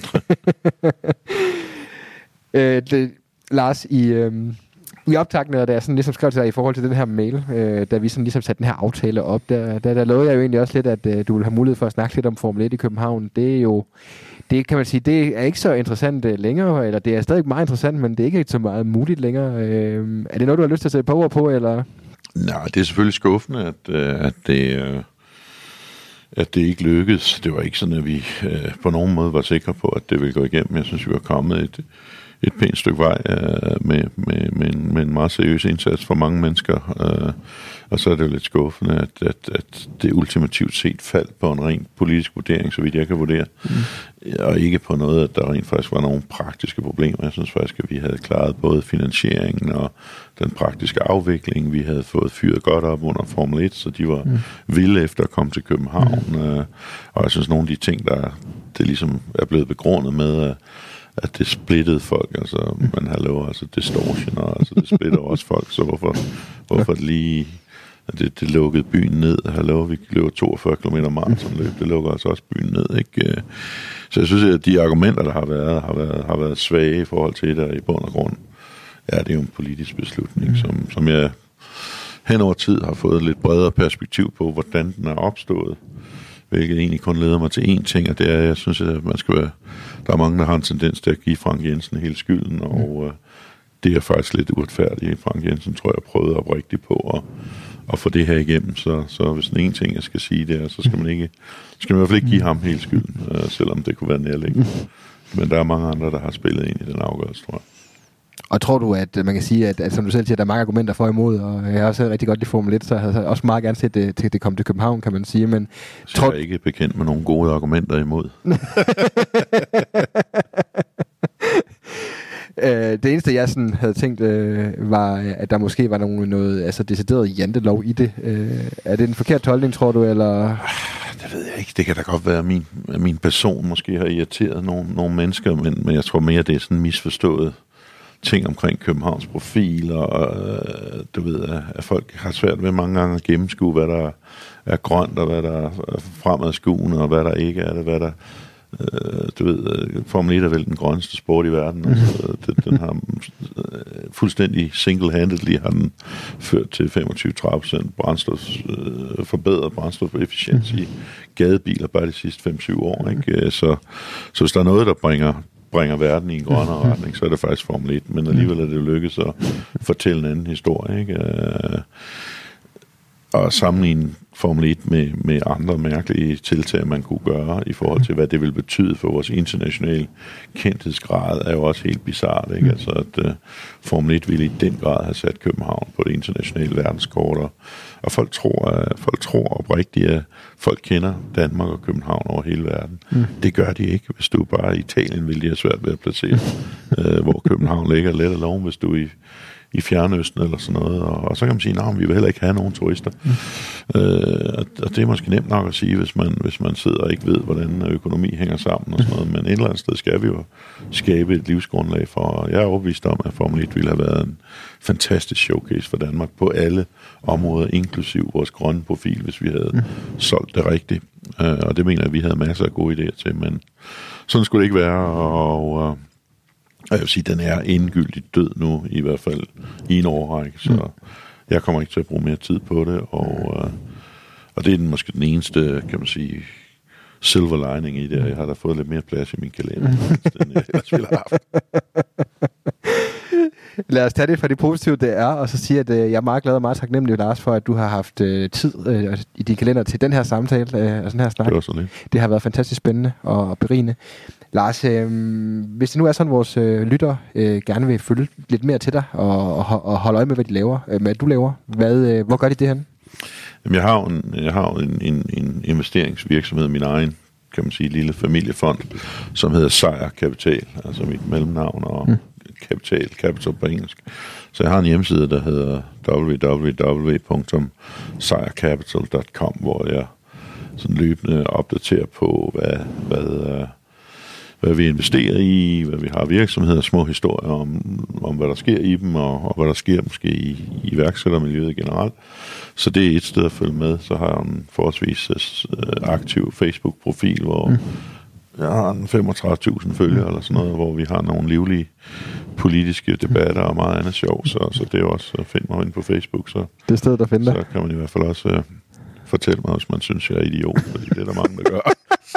C: øh, det, Lars, i... Øh I optagene, da jeg sådan ligesom skrev til dig i forhold til den her mail, øh, da vi sådan ligesom satte den her aftale op, der, der, der lovede jeg jo egentlig også lidt, at øh, du vil have mulighed for at snakke lidt om Formel et i København. Det er jo, det kan man sige, det er ikke så interessant øh, længere, eller det er stadig meget interessant, men det er ikke så meget muligt længere. Øh, er det noget, du har lyst til at sætte på ord på, eller? Nej, det er selvfølgelig skuffende, at, øh, at det... Øh at det ikke lykkedes. Det var ikke sådan, at vi øh, på nogen måde var sikre på, at det ville gå igennem. Jeg synes, vi var kommet et, et pænt stykke vej øh, med, med, med, en, med en meget seriøs indsats for mange mennesker. Øh, og så er det jo lidt skuffende, at, at, at det ultimativt set faldt på en ren politisk vurdering, så vidt jeg kan vurdere. Mm. Og ikke på noget, at der rent faktisk var nogle praktiske problemer. Jeg synes faktisk, at vi havde klaret både finansieringen og den praktiske afvikling. Vi havde fået fyret godt op under Formel et, så de var mm. vilde efter at komme til København. Mm. Øh, og jeg synes, nogle af de ting, der det ligesom er blevet begrundet med, at det splittede folk, altså, mm. man har lovet, altså distortioner, altså det splitter også folk, så hvorfor, hvorfor det lige, det, det lukkede byen ned, hallo, vi løber toogfyrre kilometer maratonløb, det lukker altså også byen ned, ikke? Så jeg synes, at de argumenter, der har været, har været, har været svage i forhold til det, i bund og grund ja, det er jo en politisk beslutning, mm. som, som jeg hen over tid har fået lidt bredere perspektiv på, hvordan den er opstået. Hvilket egentlig kun leder mig til én ting, og det er, jeg synes, at man skal være, der er mange, der har en tendens til at give Frank Jensen hele skylden, mm. og øh, det er faktisk lidt uretfærdigt. Frank Jensen, tror jeg, prøvede oprigtigt på at, at få det her igennem, så, så hvis en ting, jeg skal sige, det er, så skal man ikke, skal man i hvert fald ikke give ham hele skylden, øh, selvom det kunne være nærliggende. Men der er mange andre, der har spillet ind i den afgørelse, tror jeg.
A: Og tror du, at man kan sige, at, at som du selv siger, der er mange argumenter for og imod, og jeg har også rigtig godt lide Formel et, så jeg havde også meget gerne set det, til det kom til København, kan man sige. Men
C: så tror... jeg er ikke bekendt med nogle gode argumenter imod.
A: Det eneste, jeg sådan havde tænkt, øh, var, at der måske var nogen, noget altså decideret jantelov i det. Øh, er det en forkert tolkning, tror du, eller?
C: Det ved jeg ikke. Det kan da godt være, at min, at min person måske har irriteret nogle, nogle mennesker, men, men jeg tror mere, det er sådan misforstået ting omkring Københavns profil, og øh, du ved, at, at folk har svært ved mange gange at gennemskue, hvad der er grønt, og hvad der er fremadskuende, og hvad der ikke er det, hvad der øh, du ved, Formel et er vel den grønneste sport i verden, altså, den, den har øh, fuldstændig single-handedly har den ført til femogtyve til tredive procent brændstof, øh, forbedret brændstofefficiens i gadebiler bare de sidste fem til syv år, ikke? Så, så hvis der er noget, der bringer bringer verden i en grønnere retning, så er det faktisk Formel et, men alligevel er det jo lykkedes at fortælle en anden historie, ikke? Og sammenligne Formel et med, med andre mærkelige tiltag, man kunne gøre i forhold til, hvad det vil betyde for vores internationale kendthedsgrad, er jo også helt bizarrt, ikke? Altså, at uh, Formel et ville i den grad have sat København på det internationale verdenskort, og, og folk tror, at, folk tror oprigtigt, at folk kender Danmark og København over hele verden. Mm. Det gør de ikke. Hvis du bare i Italien, vil de have svært ved at placere, uh, hvor København ligger, let alone, hvis du i i Fjernøsten eller sådan noget, og, og så kan man sige, nej, vi vil heller ikke have nogen turister. Mm. Øh, og, og det er måske nemt nok at sige, hvis man, hvis man sidder og ikke ved, hvordan økonomi hænger sammen og sådan noget, men et eller andet sted skal vi jo skabe et livsgrundlag for, og jeg er overbevist om, at Formel et ville have været en fantastisk showcase for Danmark på alle områder, inklusiv vores grønne profil, hvis vi havde mm. solgt det rigtigt. Øh, og det mener jeg, at vi havde masser af gode idéer til, men sådan skulle det ikke være, og øh, Og jeg vil sige, at den er endegyldigt død nu, i hvert fald i en årrække, så mm. jeg kommer ikke til at bruge mere tid på det, og, øh, og det er den, måske den eneste, kan man sige, silver lining i det, jeg har da fået lidt mere plads i min kalender, den jeg ellers ville have haft.
A: Lad os tage det fra det positive, det er, og så sige, at øh, jeg er meget glad og meget taknemmelig, Lars, for at du har haft øh, tid øh, i din kalender til den her samtale, øh, og sådan her snak.
C: Det var så lidt.
A: Det har været fantastisk spændende og berigende. Lars, øh, hvis det nu er sådan, vores øh, lytter øh, gerne vil følge lidt mere til dig, og, og, og holde øje med, hvad de laver, øh, hvad du laver, hvad, øh, hvor gør de det hen?
C: Jamen, jeg har jo en, jeg har en, en, en investeringsvirksomhed, min egen, kan man sige, lille familiefond, som hedder Sejr Kapital, altså mit mellemnavn og mm. kapital, capital på engelsk. Så jeg har en hjemmeside, der hedder w w w punktum sejr capital punktum com, hvor jeg sådan løbende opdaterer på, hvad, hvad, hvad vi investerer i, hvad vi har virksomheder, små historier om, om hvad der sker i dem, og, og hvad der sker måske i, i iværksættermiljøet generelt. Så det er et sted at følge med. Så har jeg en forholdsvis aktiv Facebook-profil, hvor mm. jeg har en femogtredive tusind følgere eller sådan noget, hvor vi har nogle livlige politiske debatter og meget andet sjov, så, så det er også at finde mig ind på Facebook. Så,
A: det er stedet, der finder.
C: Så kan man i hvert fald også uh, fortælle mig, hvis man synes, jeg er idiot, fordi det er der mange, der gør.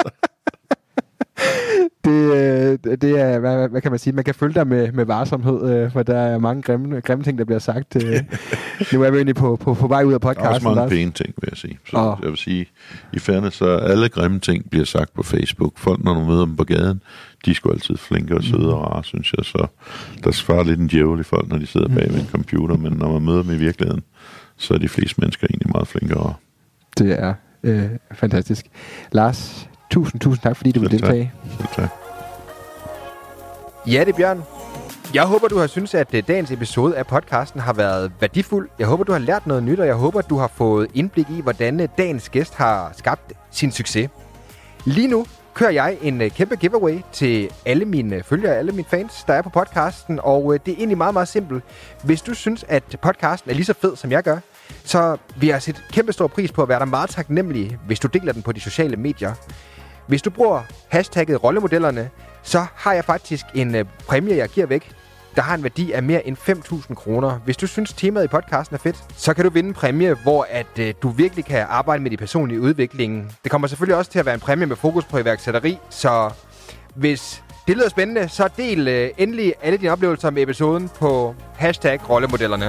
A: det, det er, hvad, hvad kan man sige, man kan følge dig med, med varsomhed, for der er mange grimme, grimme ting, der bliver sagt. Nu er vi egentlig på, på, på vej ud af podcasten. Der er
C: også mange pæne ting, vil jeg sige. Så oh. jeg vil sige, i fairness, så alle grimme ting bliver sagt på Facebook. Folk, når du møder dem på gaden, de er sgu altid flinke og søde og rare, synes jeg. Så der svarer lidt en djævel i folk, når de sidder bag ved en computer, men når man møder dem i virkeligheden, så er de fleste mennesker egentlig meget flinke og rare. Det er øh, fantastisk. Lars, tusind, tusind tak, fordi du ville deltage. Selv tak. Ja, det er Bjørn. Jeg håber, du har syntes, at dagens episode af podcasten har været værdifuld. Jeg håber, du har lært noget nyt, og jeg håber, du har fået indblik i, hvordan dagens gæst har skabt sin succes. Lige nu kører jeg en kæmpe giveaway til alle mine følgere, alle mine fans, der er på podcasten, og det er egentlig meget, meget simpelt. Hvis du synes, at podcasten er lige så fed, som jeg gør, så vil jeg sætte kæmpe stor pris på at være der meget taknemmelig, hvis du deler den på de sociale medier. Hvis du bruger hashtagget rollemodellerne, så har jeg faktisk en øh, præmie, jeg giver væk.
A: der har en værdi af mere end fem tusind kroner. Hvis du synes, temaet i podcasten er fedt, så kan du vinde en præmie, hvor at, øh, du virkelig kan arbejde med de personlige udvikling. Det kommer selvfølgelig også til at være en præmie med fokus på iværksætteri, så hvis det lyder spændende, så del øh, endelig alle dine oplevelser med episoden på hashtag rollemodellerne.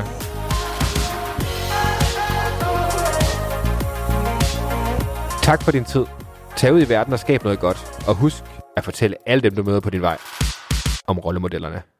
A: Tak for din tid. Tag ud i verden og skab noget godt. Og husk at fortælle alle dem, du møder på din vej, om rollemodellerne.